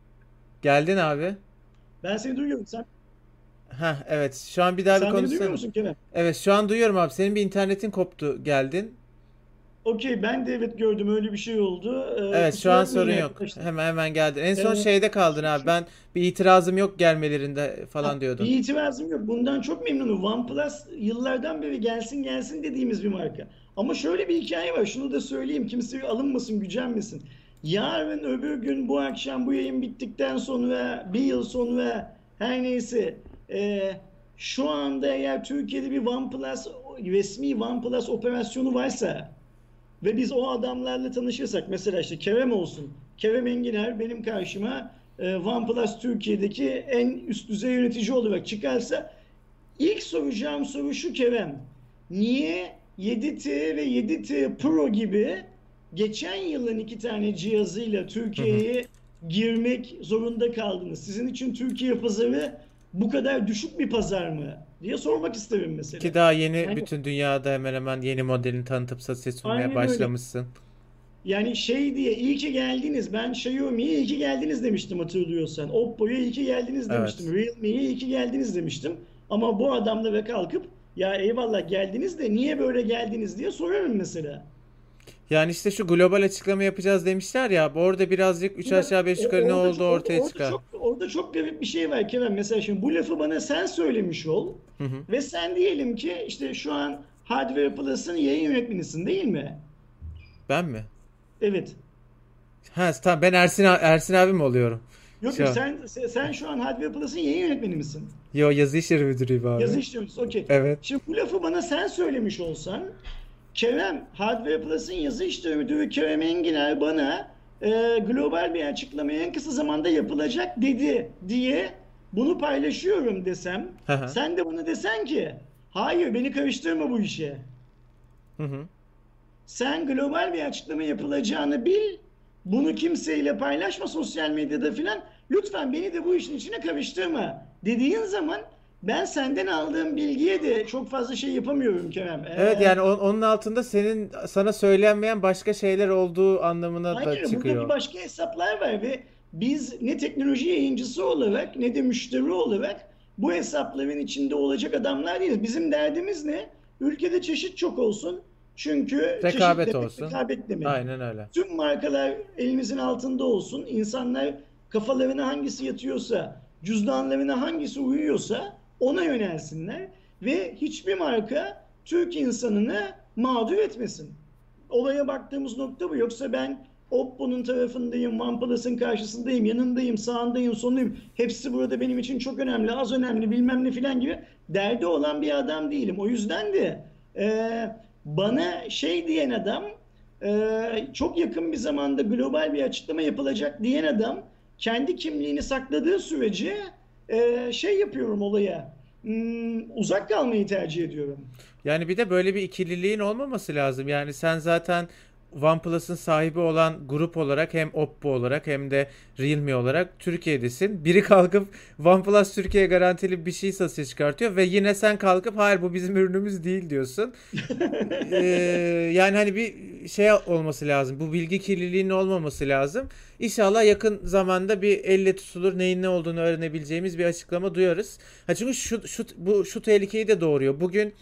Geldin abi. ben seni duyuyorum. Sen Heh, evet. Şu an bir daha bir sen beni duymuyor konuşsana. musun Kerem? Evet, şu an duyuyorum abi. Senin bir internetin koptu. Geldin. Okey, ben de evet gördüm, öyle bir şey oldu. E, Evet, şu kusura an bakmayın sorun yok. arkadaşlar. Hemen hemen geldin. En son E, şeyde kaldın şu, abi. şu Ben bir itirazım yok gelmelerinde falan Ha, bir diyordun. itirazım yok. Bundan çok memnunum. OnePlus yıllardan beri gelsin gelsin dediğimiz bir marka. Ama şöyle bir hikaye var. Şunu da söyleyeyim. Kimse alınmasın, gücenmesin. Yarın öbür gün, bu akşam bu yayın bittikten sonra, bir yıl sonra, her neyse, e, şu anda eğer Türkiye'de bir OnePlus, resmi OnePlus operasyonu varsa ve biz o adamlarla tanışırsak, mesela işte Kerem olsun. Kerem Enginer benim karşıma e, OnePlus Türkiye'deki en üst düzey yönetici olarak çıkarsa, ilk soracağım soru şu Kerem. Niye yedi T ve yedi T Pro gibi geçen yılın iki tane cihazıyla Hı hı. Türkiye'ye girmek zorunda kaldınız? Sizin için Türkiye pazarı bu kadar düşük bir pazar mı diye sormak isterim Ki mesela. daha yeni Yani bütün dünyada hemen hemen yeni modelini tanıtıp satışa sunmaya aynen öyle. başlamışsın. Yani şey diye, iyi ki geldiniz. Ben Xiaomi'ye iyi ki geldiniz demiştim, hatırlıyorsan. Oppo'ya iyi ki geldiniz Evet. demiştim. Realme'ye iyi ki geldiniz demiştim. Ama bu adamla kalkıp ya eyvallah geldiniz de niye böyle geldiniz diye sorarım mesela. Yani işte şu global açıklama yapacağız demişler ya. Orada birazcık üç Şimdi aşağı beş yukarı ne orada oldu orada ortaya orada çıkar. çok orada çok garip bir şey var Kerem. Mesela şimdi bu lafı bana sen söylemiş ol Hı hı. ve sen diyelim ki işte şu an Hardware Plus'ın yayın yönetmenisin, değil mi? Ben mi? Evet. Ha tamam, ben Ersin, a- Ersin abi mi oluyorum? Yok Şu yok, an. sen sen şu an Hardware Plus'ın yayın yönetmeni misin? Yo, yazı işleri müdürüyüm Yazı abi. işlemiyoruz. Okey. Evet. Şimdi bu lafı bana sen söylemiş olsan, Kerem, Hardware Plus'ın yazı işleri müdürü Kerem Enginer bana e, global bir açıklama en kısa zamanda yapılacak dedi diye bunu paylaşıyorum desem, Hı hı. sen de bana desen ki hayır, beni karıştırma bu işe. Hı hı. Sen global bir açıklama yapılacağını bil. Bunu kimseyle paylaşma sosyal medyada filan. Lütfen beni de bu işin içine karıştırma dediğin zaman, ben senden aldığım bilgiye de çok fazla şey yapamıyorum Kerem. Evet, Ee, yani on- onun altında senin sana söylenmeyen başka şeyler olduğu anlamına da hayır, burada bir çıkıyor. başka hesaplar var ve biz ne teknoloji yayıncısı olarak ne de müşteri olarak bu hesapların içinde olacak adamlar değiliz. Bizim derdimiz ne? Ülkede çeşit çok olsun. Çünkü çeşit Rekabet demek olsun. rekabet demek. Aynen öyle. Tüm markalar elimizin altında olsun. İnsanlar kafalarına hangisi yatıyorsa, cüzdanlarına hangisi uyuyorsa ona yönelsinler ve hiçbir marka Türk insanını mağdur etmesin. Olaya baktığımız nokta bu. Yoksa ben Oppo'nun tarafındayım, OnePlus'ın karşısındayım, yanındayım, sağındayım, sonundayım. Hepsi burada benim için çok önemli, az önemli, bilmem ne filan gibi derdi olan bir adam değilim. O yüzden de e, Bana şey diyen adam, e, çok yakın bir zamanda global bir açıklama yapılacak diyen adam kendi kimliğini sakladığı sürece e, şey yapıyorum olaya. Hmm, uzak kalmayı tercih ediyorum. Yani bir de böyle bir ikililiğin olmaması lazım. Yani sen zaten OnePlus'ın sahibi olan grup olarak hem Oppo olarak hem de Realme olarak Türkiye'desin. Biri kalkıp OnePlus Türkiye garantili bir şey satışa çıkartıyor ve yine sen kalkıp hayır bu bizim ürünümüz değil diyorsun. Ee, Yani hani bir şey olması lazım. Bu bilgi kirliliğinin olmaması lazım. İnşallah yakın zamanda bir elle tutulur neyin ne olduğunu öğrenebileceğimiz bir açıklama duyarız. Ha çünkü şu, şu bu şu tehlikeyi de doğuruyor. Bugün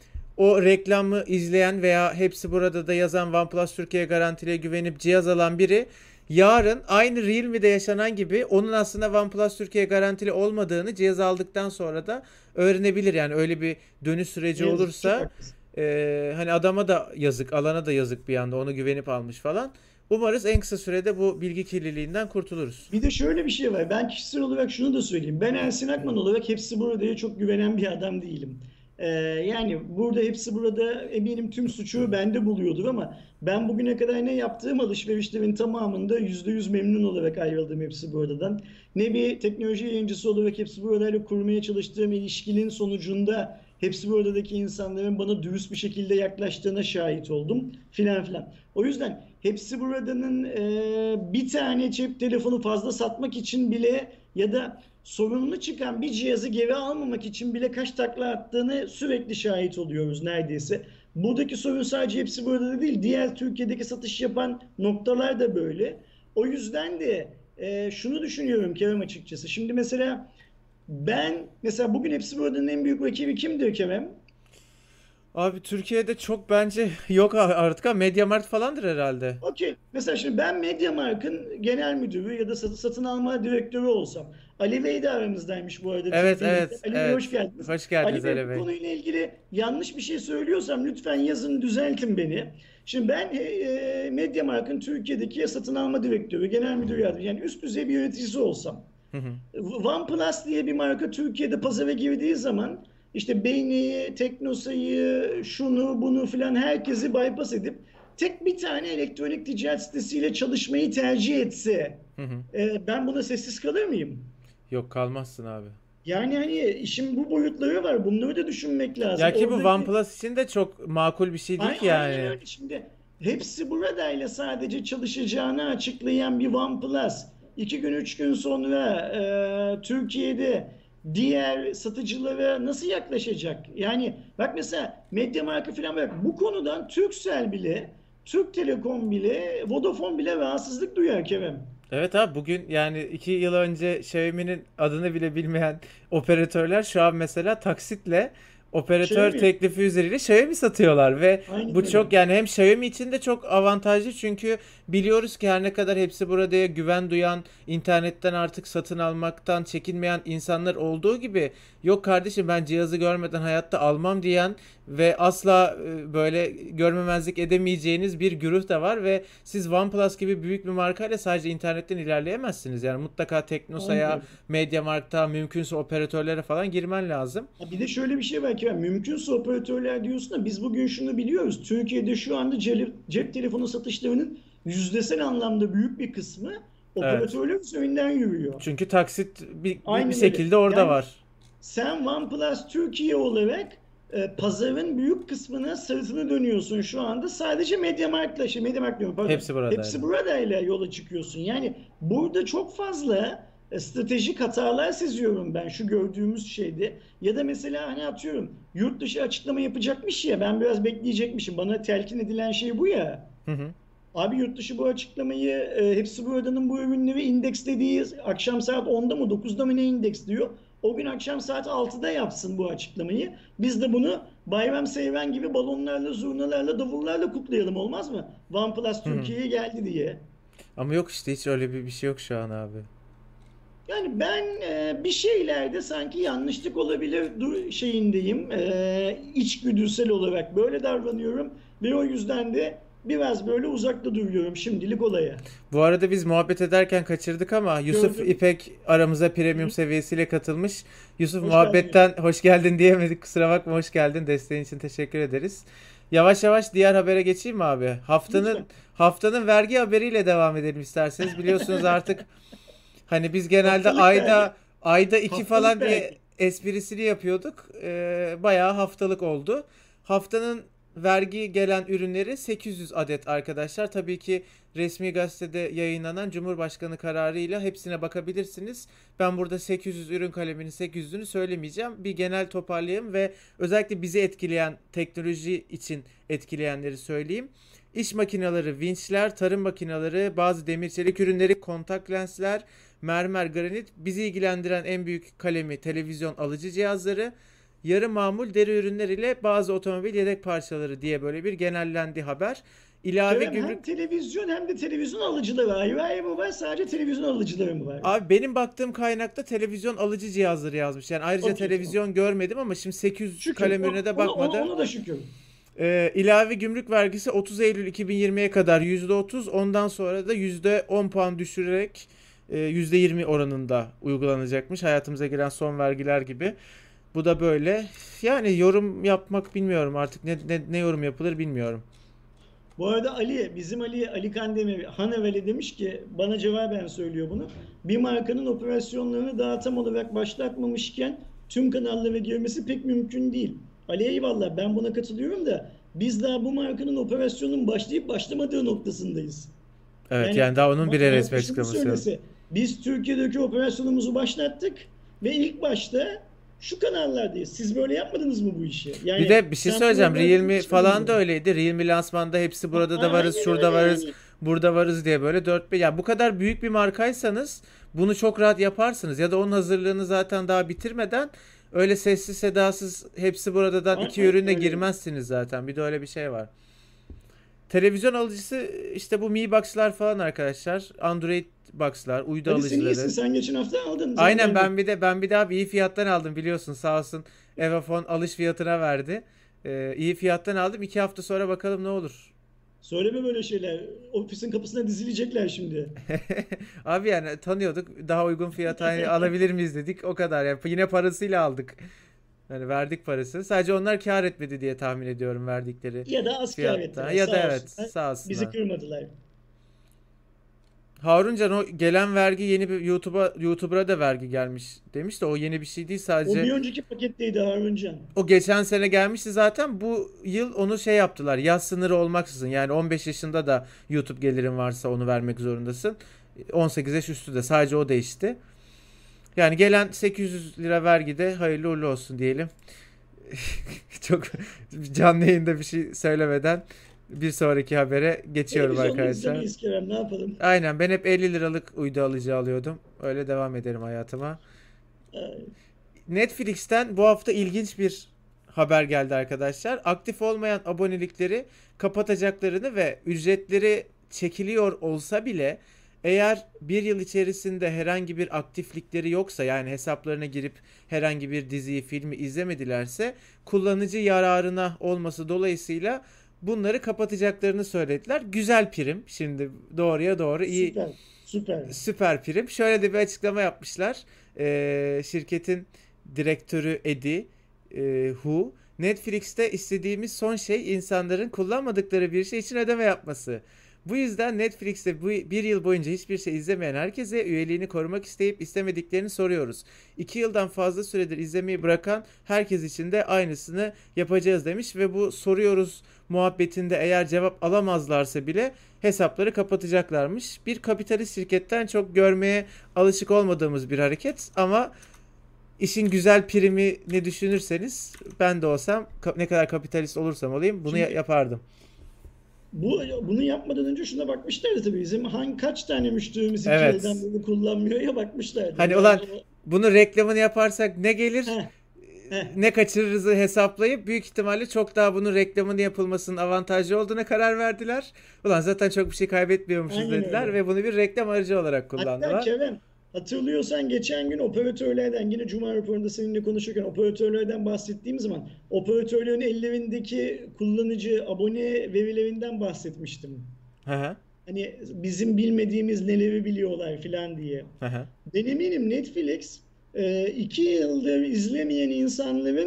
o reklamı izleyen veya hepsi burada da yazan OnePlus Türkiye garantiliye güvenip cihaz alan biri yarın aynı Realme'de yaşanan gibi onun aslında OnePlus Türkiye garantili olmadığını cihaz aldıktan sonra da öğrenebilir. Yani öyle bir dönüş süreci Ne yazık ki çok olursa haklısın. e, hani adama da yazık, alana da yazık bir anda onu güvenip almış falan. Umarız en kısa sürede bu bilgi kirliliğinden kurtuluruz. Bir de şöyle bir şey var. Ben kişisel olarak şunu da söyleyeyim. Ben Ersin Akman olarak hepsi burada'ya çok güvenen bir adam değilim. Ee, yani burada hepsi burada eminim tüm suçu bende buluyordur ama ben bugüne kadar ne yaptığım alışverişlerin tamamında yüzde yüz memnun olarak ayrıldım hepsi buradan. Ne bir teknoloji yayıncısı olarak hepsi buradayla kurmaya çalıştığım ilişkinin sonucunda hepsi buradaki insanların bana dürüst bir şekilde yaklaştığına şahit oldum filan filan. O yüzden hepsi buradanın e, bir tane cep telefonu fazla satmak için bile ya da sorunlu çıkan bir cihazı geri almamak için bile kaç takla attığını sürekli şahit oluyoruz neredeyse. Buradaki sorun sadece hepsi burada değil, diğer Türkiye'deki satış yapan noktalar da böyle. O yüzden de e, şunu düşünüyorum Kerem açıkçası. Şimdi mesela ben mesela bugün hepsi buradanın en büyük rakibi kimdir Kerem? Abi Türkiye'de çok bence yok artık ama MediaMarkt falandır herhalde. Okey. Mesela şimdi ben MediaMarkt'ın genel müdürü ya da satın, satın alma direktörü olsam. Ali Bey de aramızdaymış bu arada Evet, Teams'te. evet, Ali Bey hoş evet. geldiniz. Hoş geldiniz Ali Bey Ali bu Bey. konuyla ilgili yanlış bir şey söylüyorsam lütfen yazın düzeltin beni. Şimdi ben e, MediaMarkt'ın Türkiye'deki ya satın alma direktörü, genel müdür yardımcısı yani üst düzey bir yöneticisi olsam. Hı hı. OnePlus diye bir marka Türkiye'de pazara girdiği zaman işte Beyni'yi, Teknosa'yı, şunu bunu filan herkesi bypass edip tek bir tane elektronik ticaret sitesiyle çalışmayı tercih etse Hı hı. e, ben buna sessiz kalır mıyım? Yok kalmazsın abi. Yani hani işin bu boyutları var. Bunları da düşünmek lazım. Ya ki bu Oradaki OnePlus için de çok makul bir şey değil ki aynen yani. öyle. Şimdi hepsi buradayla sadece çalışacağını açıklayan bir OnePlus iki gün üç gün sonra e, Türkiye'de diğer satıcılara nasıl yaklaşacak? Yani bak mesela MediaMarkt'ı falan bak bu konudan Turkcell bile, Türk Telekom bile, Vodafone bile rahatsızlık duyar Kerem. Evet abi bugün yani iki yıl önce Xiaomi'nin adını bile bilmeyen operatörler şu an mesela taksitle operatör Xiaomi. teklifi üzeriyle Xiaomi satıyorlar ve Aynen bu öyle. çok yani hem Xiaomi için de çok avantajlı çünkü biliyoruz ki her ne kadar hepsi burada güven duyan internetten artık satın almaktan çekinmeyen insanlar olduğu gibi yok kardeşim ben cihazı görmeden hayatta almam diyen ve asla e, böyle görmemezlik edemeyeceğiniz bir güruh da var ve siz OnePlus gibi büyük bir markayla sadece internetten ilerleyemezsiniz. Yani mutlaka Aynen Teknosa'ya, öyle. MediaMarkt'a, mümkünse operatörlere falan girmen lazım. Ha, bir de şöyle bir şey var ki yani mümkünse operatörler diyorsun da biz bugün şunu biliyoruz. Türkiye'de şu anda cep, cep telefonu satışlarının yüzdesel anlamda büyük bir kısmı Evet. operatörler üzerinden yürüyor. Çünkü taksit bir, bir, bir Aynen öyle. şekilde orada Yani var. sen OnePlus Türkiye olarak e, pazarın büyük kısmına sırtını dönüyorsun şu anda. Sadece MediaMarkt'la, şey MediaMarkt diyorum pardon. Hepsi Hepsi buradaydı. buradayla yola çıkıyorsun. Yani burada çok fazla e, stratejik hatalar seziyorum ben şu gördüğümüz şeyde. Ya da mesela hani atıyorum yurt dışı açıklama yapacakmış ya ben biraz bekleyecekmişim. Bana telkin edilen şey bu ya. Hı hı. Abi yurt dışı bu açıklamayı e, hepsi buradanın bu ürünleri indekslediği akşam saat onda mı dokuzda mı ne indeksliyor? O gün akşam saat altıda yapsın bu açıklamayı. Biz de bunu Bayram Seyran gibi balonlarla, zurnalarla, davullarla kutlayalım olmaz mı? OnePlus Hı hı. Türkiye'ye geldi diye. Ama yok işte hiç öyle bir, bir şey yok şu an abi. Yani ben e, bir şeylerde sanki yanlışlık olabilir du- şeyindeyim. E, içgüdüsel olarak böyle davranıyorum ve o yüzden de biraz böyle uzakta duruyorum şimdilik olaya. Bu arada biz muhabbet ederken kaçırdık ama Yusuf Gördüm. İpek aramıza Hı premium hı. seviyesiyle katılmış. Yusuf Hoş geldin Yusuf. muhabbetten hoş geldin diyemedik. Kusura bakma hoş geldin. Desteğin için teşekkür ederiz. Yavaş yavaş diğer habere geçeyim mi abi? Haftanın Lütfen. haftanın vergi haberiyle devam edelim isterseniz. Biliyorsunuz artık hani biz genelde Haftalık vergi. ayda ayda iki Haftalık falan diye vergi. esprisini yapıyorduk. Ee, bayağı haftalık oldu. Haftanın vergi gelen ürünleri sekiz yüz adet arkadaşlar. Tabii ki resmi gazetede yayınlanan Cumhurbaşkanı kararıyla hepsine bakabilirsiniz. Ben burada sekiz yüz ürün kaleminin sekiz yüzünü söylemeyeceğim. Bir genel toparlayayım ve özellikle bizi etkileyen, teknoloji için etkileyenleri söyleyeyim. İş makineleri, vinçler, tarım makineleri, bazı demir çelik ürünleri, kontak lensler, mermer, granit, bizi ilgilendiren en büyük kalemi, televizyon alıcı cihazları, yarı mamul deri ürünler ile bazı otomobil yedek parçaları diye böyle bir genellendi haber. İlave Kerem, gümrük. hem televizyon hem de televizyon alıcıları ayrı ayrı mı var? Sadece televizyon alıcıları mı var? Abi benim baktığım kaynakta televizyon alıcı cihazları yazmış. Yani ayrıca Okey, tamam. televizyon görmedim ama şimdi sekiz yüz Şükür. kalem ürüne O- de Ona, ona, bakmadım. ona da şükür. Ee, ilave gümrük vergisi otuz Eylül iki bin yirmiye kadar yüzde otuz, ondan sonra da yüzde on puan düşürerek e, yüzde yirmi oranında uygulanacakmış. Hayatımıza giren son vergiler gibi. Bu da böyle. Yani yorum yapmak bilmiyorum artık ne, ne, ne yorum yapılır bilmiyorum. Bu arada Ali, bizim Ali, Ali Kandemir, Haneveli demiş ki, bana cevaben söylüyor bunu. Bir markanın operasyonlarını daha tam olarak başlatmamışken tüm kanallara girmesi pek mümkün değil. Ali eyvallah, ben buna katılıyorum da biz daha bu markanın operasyonun başlayıp başlamadığı noktasındayız. Evet Yani yani daha onun bir resmi marka şunu açıklaması yok. söylese, biz Türkiye'deki operasyonumuzu başlattık ve ilk başta şu kanallardayız. Siz böyle yapmadınız mı bu işi? Bir Yani de bir şey sen söyleyeceğim. programda Realme geçmedin falan da mi? öyleydi. Realme lansmanda hepsi A- burada da varız, Aynen şurada öyle varız, yani. burada varız diye böyle dört beş. Ya bu kadar büyük bir markaysanız bunu çok rahat yaparsınız. Ya da onun hazırlığını zaten daha bitirmeden öyle sessiz sedasız hepsi buradadan iki Aynen ürüne öyle. girmezsiniz zaten. Bir de öyle bir şey var. Televizyon alıcısı işte bu Mi Box'lar falan arkadaşlar. Android Box'lar, uydu Ali sen iyisin. alıcıları. Sen geçen hafta aldın Aynen zaten. ben bir de ben bir daha bir iyi fiyattan aldım biliyorsun sağ olsun. Evafon alış fiyatına verdi. Ee, iyi fiyattan aldım. İki hafta sonra bakalım ne olur. Söyleme böyle şeyler. Ofisin kapısına dizilecekler şimdi. Abi yani tanıyorduk. Daha uygun fiyata hani alabilir miyiz dedik. O kadar. Yani yine parasıyla aldık. Yani verdik parası. Sadece onlar kâr etmedi diye tahmin ediyorum verdikleri Ya da az kâr fiyatta. ettiler. Ya da Sağ evet olsunlar. sağ Bizi olsunlar. kırmadılar. Haruncan o gelen vergi yeni bir YouTube'a YouTuber'a da vergi gelmiş demiş de o yeni bir şey değil O sadece. bir önceki paketteydi Haruncan. O geçen sene gelmişti zaten. Bu yıl onu şey yaptılar. Yaş sınırı olmaksızın. Yani on beş yaşında da YouTube gelirin varsa onu vermek zorundasın. on sekiz yaş üstü de sadece o değişti. Yani gelen sekiz yüz lira vergi de hayırlı uğurlu olsun diyelim. Çok canlı yayında bir şey söylemeden bir sonraki habere geçiyorum Televizyonda arkadaşlar. izlemeyiz Kerem, ne yapalım? Aynen ben hep elli liralık uydu alıcı alıyordum. Öyle devam ederim hayatıma. Ee, Netflix'ten bu hafta ilginç bir haber geldi arkadaşlar. Aktif olmayan abonelikleri kapatacaklarını ve ücretleri çekiliyor olsa bile eğer bir yıl içerisinde herhangi bir aktiflikleri yoksa yani hesaplarına girip herhangi bir diziyi, filmi izlemedilerse kullanıcı yararına olması dolayısıyla bunları kapatacaklarını söylediler. Güzel prim. Şimdi doğruya doğru iyi Süper. Süper. süper prim. Şöyle de bir açıklama yapmışlar. Ee, şirketin direktörü Eddie e, Hu, Netflix'te istediğimiz son şey insanların kullanmadıkları bir şey için ödeme yapması. Bu yüzden Netflix'te bu bir yıl boyunca hiçbir şey izlemeyen herkese üyeliğini korumak isteyip istemediklerini soruyoruz. İki yıldan fazla süredir izlemeyi bırakan herkes için de aynısını yapacağız demiş ve bu soruyoruz muhabbetinde eğer cevap alamazlarsa bile hesapları kapatacaklarmış. Bir kapitalist şirketten çok görmeye alışık olmadığımız bir hareket ama işin güzel primi ne düşünürseniz ben de olsam ne kadar kapitalist olursam olayım bunu Şimdi yapardım. bu bunu yapmadan önce şuna bakmışlardı tabii. Bizim hangi kaç tane müşterimiz iki Evet. yıldan bunu kullanmıyor ya bakmışlardı. Hani Yani ulan o- bunu reklamını yaparsak ne gelir heh, heh. ne kaçırırızı hesaplayıp büyük ihtimalle çok daha bunun reklamını yapılmasının avantajlı olduğuna karar verdiler. Ulan zaten çok bir şey kaybetmiyormuşuz Aynen dediler öyle. ve bunu bir reklam aracı olarak Hatta kullandılar. Kerem, hatırlıyorsan geçen gün operatörlerden, yine Cuma raporunda seninle konuşurken operatörlerden bahsettiğim zaman operatörlerin ellerindeki kullanıcı abone verilerinden bahsetmiştim. Hı hı. Hani bizim bilmediğimiz neleri biliyorlar filan diye. Hı hı. Ben eminim Netflix e, iki yıldır izlemeyen insanların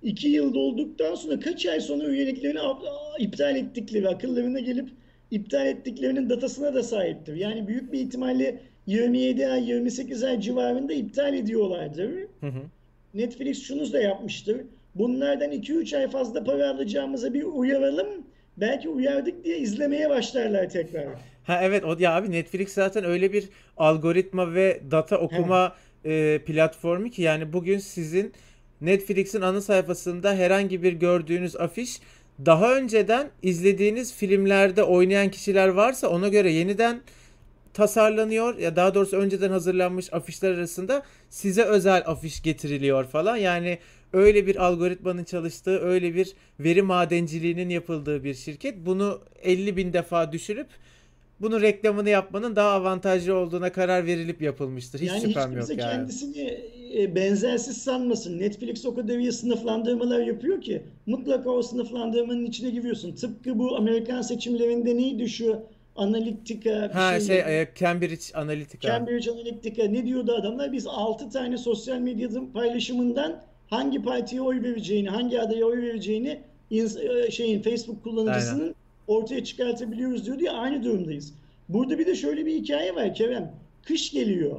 iki yıl dolduktan sonra kaç ay sonra üyeliklerini ap- iptal ettikleri, akıllarına gelip iptal ettiklerinin datasına da sahiptir. Yani büyük bir ihtimalle yirmi yedi ay, yirmi sekiz ay civarında iptal ediyorlardır. Hı hı. Netflix şunu da yapmıştır. Bunlardan iki üç ay fazla para alacağımıza bir uyaralım. Belki uyardık diye izlemeye başlarlar tekrar. Ha evet, o ya abi, Netflix zaten öyle bir algoritma ve data He. okuma e, platformu ki yani bugün sizin Netflix'in ana sayfasında herhangi bir gördüğünüz afiş, daha önceden izlediğiniz filmlerde oynayan kişiler varsa ona göre yeniden tasarlanıyor, ya daha doğrusu önceden hazırlanmış afişler arasında size özel afiş getiriliyor falan. Yani öyle bir algoritmanın çalıştığı, öyle bir veri madenciliğinin yapıldığı bir şirket. Bunu elli bin defa düşürüp bunun reklamını yapmanın daha avantajlı olduğuna karar verilip yapılmıştır. Hiç Yani hiç şüphem yok kimse yani. kendisini e, benzersiz sanmasın. Netflix o kadar iyi sınıflandırmalar yapıyor ki mutlaka o sınıflandırmanın içine giriyorsun. Tıpkı bu Amerikan seçimlerinde neydi şu Analytica bir Ha şey, şey, e, Cambridge Analytica. Cambridge Analytica ne diyordu adamlar? Biz altı tane sosyal medya paylaşımından hangi partiye oy vereceğini, hangi adaya oy vereceğini ins- e, şeyin Facebook Aynen. kullanıcısının ortaya çıkartabiliyoruz diyordu ya, aynı durumdayız. Burada bir de şöyle bir hikaye var Kerem. Kış geliyor.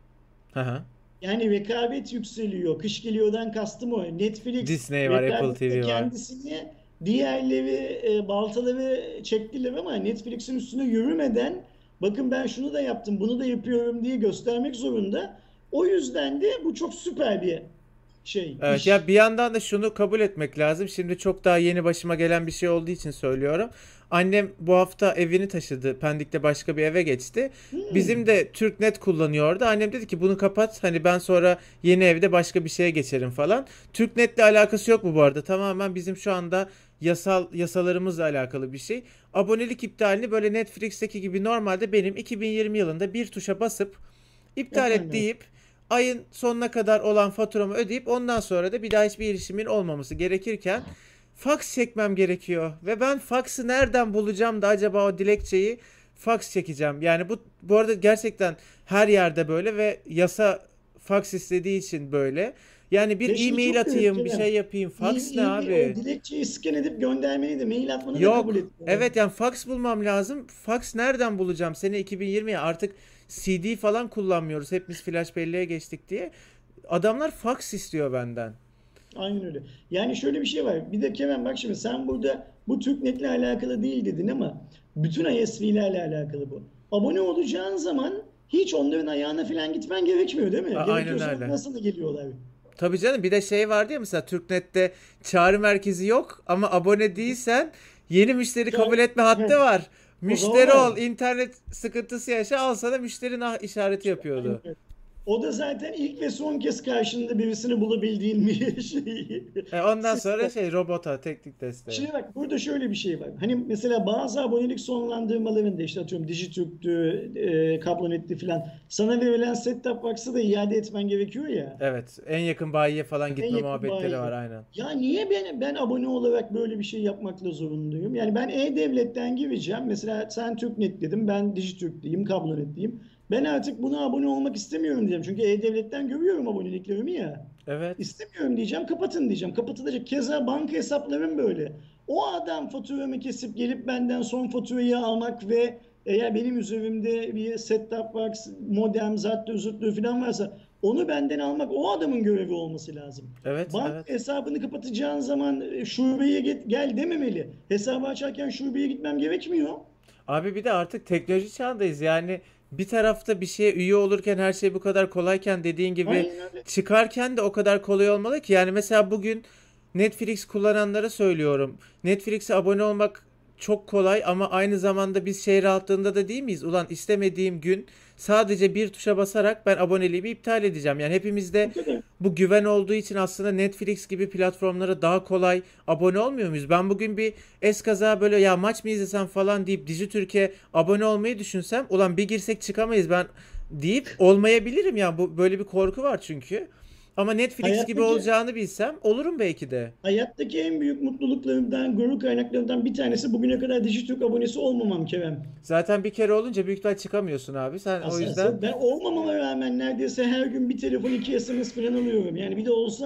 Hı hı. Yani rekabet yükseliyor. Kış geliyordan kastım o. Netflix Disney var, Apple rekabette T V var. kendisini, diğerleri e, baltaları çektiler ama Netflix'in üstüne yürümeden bakın ben şunu da yaptım, bunu da yapıyorum diye göstermek zorunda. O yüzden de bu çok süper bir şey, Evet iş. ya, bir yandan da şunu kabul etmek lazım. Şimdi çok daha yeni başıma gelen bir şey olduğu için söylüyorum. Annem bu hafta evini taşıdı. Pendik'te başka bir eve geçti. Bizim Hmm, de Türknet kullanıyordu. Annem dedi ki bunu kapat. Hani ben sonra yeni evde başka bir şeye geçerim falan. Türknet'le alakası yok mu bu arada? Tamamen bizim şu anda yasal yasalarımızla alakalı bir şey. Abonelik iptalini böyle Netflix'teki gibi normalde benim iki bin yirmi yılında bir tuşa basıp iptal yapman et lazım. deyip ayın sonuna kadar olan faturamı ödeyip ondan sonra da bir daha hiçbir erişimin olmaması gerekirken fax çekmem gerekiyor. Ve ben faxı nereden bulacağım da acaba o dilekçeyi fax çekeceğim. Yani bu bu arada gerçekten her yerde böyle ve yasa fax istediği için böyle. Yani Ve bir şey e-mail çok garip atayım, bir Kerem. şey yapayım. İyi, Fax ne iyi bir o abi? dilekçeyi scan edip göndermeni de mail atmanı da kabul Yok. etmiyorlar. Evet yani fax bulmam lazım. Fax nereden bulacağım? Sene iki bin yirmi, artık C D falan kullanmıyoruz. Hepimiz flash belleğe geçtik diye. Adamlar fax istiyor benden. Aynen öyle. Yani şöyle bir şey var. Bir de Kerem bak şimdi sen burada bu TürkNet'le alakalı değil dedin ama bütün I S P'lerle alakalı bu. Abone olacağın zaman hiç onların ayağına falan gitmen gerekmiyor değil A- mi? aynen Gerekiyorsa öyle. nasıl geliyorlar? Tabii canım, bir de şey var diye, mesela Türknet'te çağrı merkezi yok ama abone değilsen yeni müşteri Çağır, kabul etme hattı heh, var. o zaman Müşteri var. ol, internet sıkıntısı yaşa, al sana müşteri nah işareti Aynen yapıyordu. öyle. O da zaten ilk ve son kez karşında birisini bulabildiğin bir şey. E ondan sonra Sistem. şey, robota teknik desteği. Şimdi bak burada şöyle bir şey var. Hani mesela bazı abonelik sonlandırmalarında işte atıyorum Dijitürk'tü, e, Kablonet'ti filan sana verilen set-top box'ı da iade etmen gerekiyor ya. Evet, en yakın bayiye falan En gitme yakın muhabbetleri var bayi. aynen. Ya niye ben ben abone olarak böyle bir şey yapmakla zorundayım? Yani ben E-Devlet'ten gireceğim. Mesela sen Türknet dedim, ben Dijitürk diyeyim, Kablonet diyeyim. Ben artık buna abone olmak istemiyorum diyeceğim. Çünkü E-Devlet'ten görüyorum aboneliklerimi ya. Evet. İstemiyorum diyeceğim, kapatın diyeceğim. Kapatılacak. Keza banka hesaplarım böyle. O adam faturamı kesip gelip benden son faturayı almak ve eğer benim üzerimde bir set-top box, modem, zartlı zurtlu falan varsa onu benden almak o adamın görevi olması lazım. Evet, Banka evet. hesabını kapatacağın zaman e, şubeye git, gel dememeli. Hesabı açarken şubeye gitmem gerekmiyor. Abi bir de artık teknoloji çağındayız. Yani bir tarafta bir şeye üye olurken her şey bu kadar kolayken, dediğin gibi Aynen öyle. çıkarken de o kadar kolay olmalı ki. Yani mesela bugün Netflix kullananlara söylüyorum. Netflix'e abone olmak çok kolay ama aynı zamanda biz şey rahatlığında da değil miyiz? Ulan istemediğim gün sadece bir tuşa basarak ben aboneliğimi iptal edeceğim. Yani hepimizde Bu kadar. bu güven olduğu için aslında Netflix gibi platformlara daha kolay abone olmuyor muyuz? Ben bugün bir eskaza böyle ya maç mı izlesem falan deyip Dijitürk'e abone olmayı düşünsem, ulan bir girsek çıkamayız ben deyip olmayabilirim ya. Bu böyle bir korku var çünkü. Ama Netflix gibi Hayattaki olacağını bilsem olurum belki de. hayattaki en büyük mutluluklarımdan, gurur kaynaklarımdan bir tanesi bugüne kadar Dijitürk abonesi olmamam Kerem. Zaten bir kere olunca büyük ihtimal çıkamıyorsun abi. Sen o yüzden Aslında ben olmamama rağmen neredeyse her gün bir telefon, iki S M S falan alıyorum. Yani bir de olsam.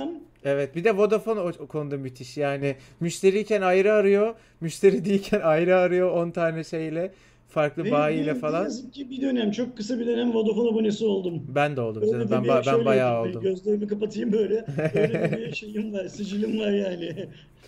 Evet, bir de Vodafone o, o konuda müthiş. Yani müşteriyken ayrı arıyor, müşteri değilken ayrı arıyor on tane şeyle, farklı Ne, bayiyle ne, ne falan. yazık ki bir dönem, çok kısa bir dönem Vodafone abonesi oldum. Ben de oldum Öyle canım. de Ben bir, ba- ben şöyle bayağı yapayım, hani oldum. gözlerimi kapatayım böyle. Öyle de bir şeyim var, sicilim var yani.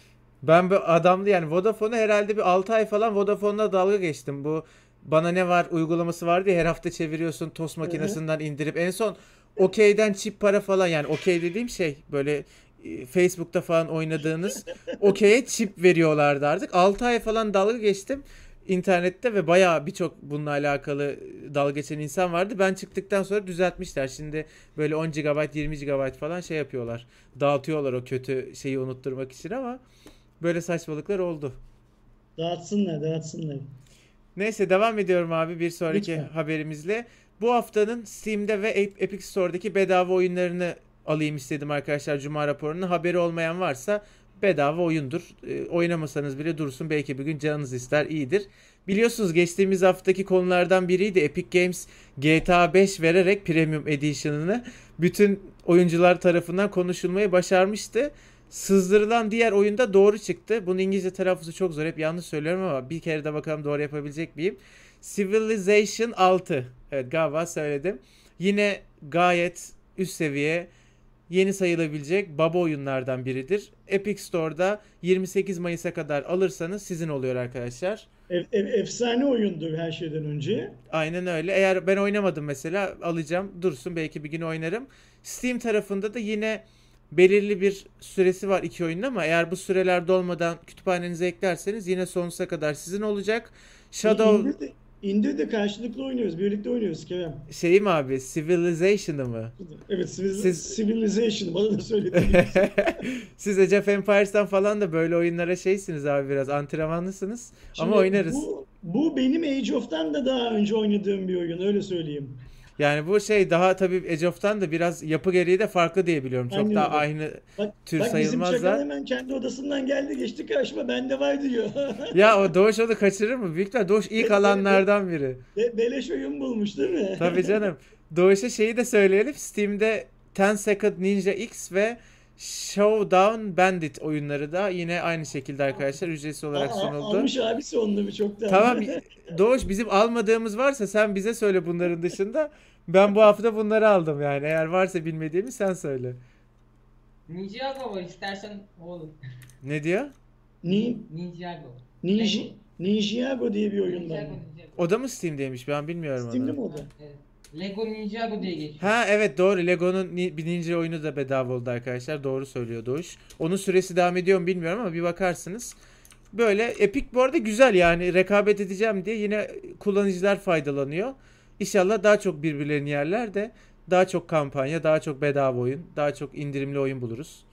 Ben bir adamdı yani Vodafone'u herhalde bir altı ay falan Vodafone'la dalga geçtim. Bu bana ne var uygulaması vardı ya, her hafta çeviriyorsun tost Hı hı. makinesinden indirip en son Okey'den çip para falan, yani Okey dediğim şey böyle e, Facebook'ta falan oynadığınız Okey'e çip veriyorlardı artık. altı ay falan dalga geçtim internette ve bayağı birçok bununla alakalı dalga geçen insan vardı. Ben çıktıktan sonra düzeltmişler. Şimdi böyle on gigabayt yirmi gigabayt falan şey yapıyorlar. Dağıtıyorlar o kötü şeyi unutturmak için ama böyle saçmalıklar oldu. Dağıtsınlar, dağıtsınlar. Neyse devam ediyorum abi bir sonraki Lütfen. haberimizle. Bu haftanın Steam'de ve Epic Store'daki bedava oyunlarını alayım istedim arkadaşlar, Cuma raporunu. Haberi olmayan varsa bedava oyundur. E, oynamasanız bile dursun, belki bir gün canınız ister, iyidir. Biliyorsunuz geçtiğimiz haftaki konulardan biriydi. Epic Games G T A beş vererek Premium Edition'ını bütün oyuncular tarafından konuşulmayı başarmıştı. Sızdırılan diğer oyunda doğru çıktı. Bunun İngilizce telaffuzu çok zor. Hep yanlış söylüyorum ama bir kere de bakalım doğru yapabilecek miyim? Civilization altı. Evet, galiba söyledim. Yine gayet üst seviye, yeni sayılabilecek baba oyunlardan biridir. Epic Store'da yirmi sekiz Mayıs'a kadar alırsanız sizin oluyor arkadaşlar. Ef- ef- efsane oyundur her şeyden önce. Aynen öyle. Eğer ben oynamadım mesela, alacağım. Dursun, belki bir gün oynarım. Steam tarafında da yine belirli bir süresi var iki oyunun ama eğer bu süreler dolmadan kütüphanenize eklerseniz yine sonsuza kadar sizin olacak. İ- Shadow İndir de, indir de karşılıklı oynuyoruz. Birlikte oynuyoruz Kerem. şeyim abi, Civilization'ı mı? Evet, Siz Civilization. Bana da söyletti gibisin. siz Age of Empires'tan falan da böyle oyunlara şeysiniz abi, biraz antrenmanlısınız ama Şimdi oynarız. bu bu benim Age of'tan da daha önce oynadığım bir oyun, öyle söyleyeyim. Yani bu şey daha tabii Age of'tan da biraz yapı gereği de farklı diye biliyorum. Çok Aynen daha öyle. aynı Bak, tür bak bizim çakal sayılmazlar. hemen kendi odasından geldi, geçti karşıma, bende var diyor. Ya o Doğuş onu kaçırır mı? Büyük ihtimalle Doğuş ilk Be, be, be, alanlardan biri. be- beleş oyun bulmuş değil mi? Tabii canım. Doğuş'a şeyi de söyleyelim. Steam'de on Second Ninja X ve Showdown Bandit oyunları da yine aynı şekilde arkadaşlar ücretsiz A- olarak a- sunuldu. almış abisi onunla bir çoktan. Tamam Doğuş, bizim almadığımız varsa sen bize söyle bunların dışında. Ben bu hafta bunları aldım yani. Eğer varsa bilmediğimi sen söyle. Ninjago var, istersen o olur. Ne diyor? Ni, Ninjago. Ninja, Lego. Ninjago diye bir oyun var. Ninjago, Ninjago. O da mı Steam'deymiş? Ben bilmiyorum Steam'de onu. mi o da? Evet. Lego Ninjago diye geçiyor. Ha evet, doğru. Lego'nun ni- bir ninja oyunu da bedava oldu arkadaşlar. Doğru söylüyor Doğuş. Onun süresi devam ediyor mu bilmiyorum ama bir bakarsınız. Böyle Epic bu arada güzel, yani rekabet edeceğim diye yine kullanıcılar faydalanıyor. İnşallah daha çok birbirlerini yerler de daha çok kampanya, daha çok bedava oyun, daha çok indirimli oyun buluruz.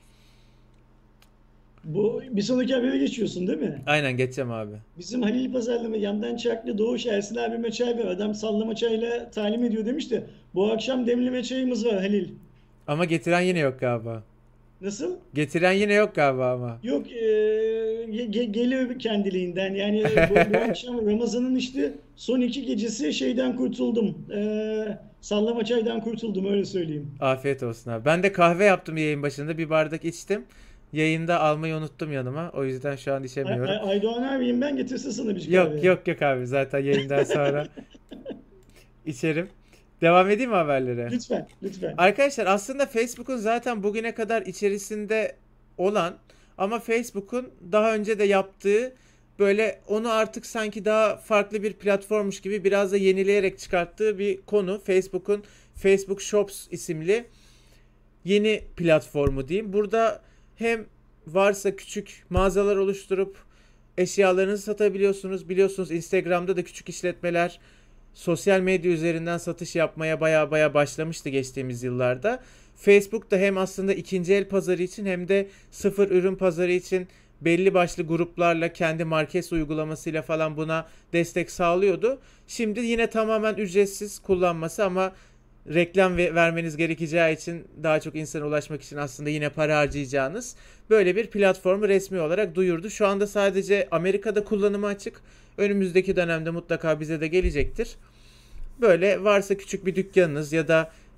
Bu bir sonraki habere geçiyorsun değil mi? Aynen, geçeceğim abi. Bizim Halil Pazarlama yandan çarklı Doğuş Ersin abime çay ver. Adam sallama çayla talim ediyor demiş de bu akşam demleme çayımız var Halil. Ama getiren yine yok galiba. Nasıl? Getiren yine yok galiba ama. Yok, e, ge- ge- geliyor kendiliğinden. Yani bu, bu akşam Ramazan'ın işte son iki gecesi şeyden kurtuldum. E, sallama çaydan kurtuldum, öyle söyleyeyim. Afiyet olsun abi. Ben de kahve yaptım yayın başında. Bir bardak içtim. Yayında almayı unuttum yanıma. O yüzden şu an Ay, içemiyorum. Ay- Aydoğan abiyim ben, getirsin sana bir Yok kahve. yok yok abi, zaten yayından sonra içerim. Devam edeyim mi haberlere? Lütfen, lütfen. Arkadaşlar aslında Facebook'un zaten bugüne kadar içerisinde olan ama Facebook'un daha önce de yaptığı, böyle onu artık sanki daha farklı bir platformmuş gibi biraz da yenileyerek çıkarttığı bir konu. Facebook'un Facebook Shops isimli yeni platformu diyeyim. Burada hem varsa küçük mağazalar oluşturup eşyalarınızı satabiliyorsunuz. Biliyorsunuz Instagram'da da küçük işletmeler sosyal medya üzerinden satış yapmaya baya baya başlamıştı geçtiğimiz yıllarda. Facebook da hem aslında ikinci el pazarı için hem de sıfır ürün pazarı için belli başlı gruplarla kendi market uygulamasıyla falan buna destek sağlıyordu. Şimdi yine tamamen ücretsiz kullanması ama reklam ve- vermeniz gerekeceği için, daha çok insana ulaşmak için aslında yine para harcayacağınız böyle bir platformu resmi olarak duyurdu. Şu anda sadece Amerika'da kullanıma açık. Önümüzdeki dönemde mutlaka bize de gelecektir. Böyle varsa küçük bir dükkanınız ya da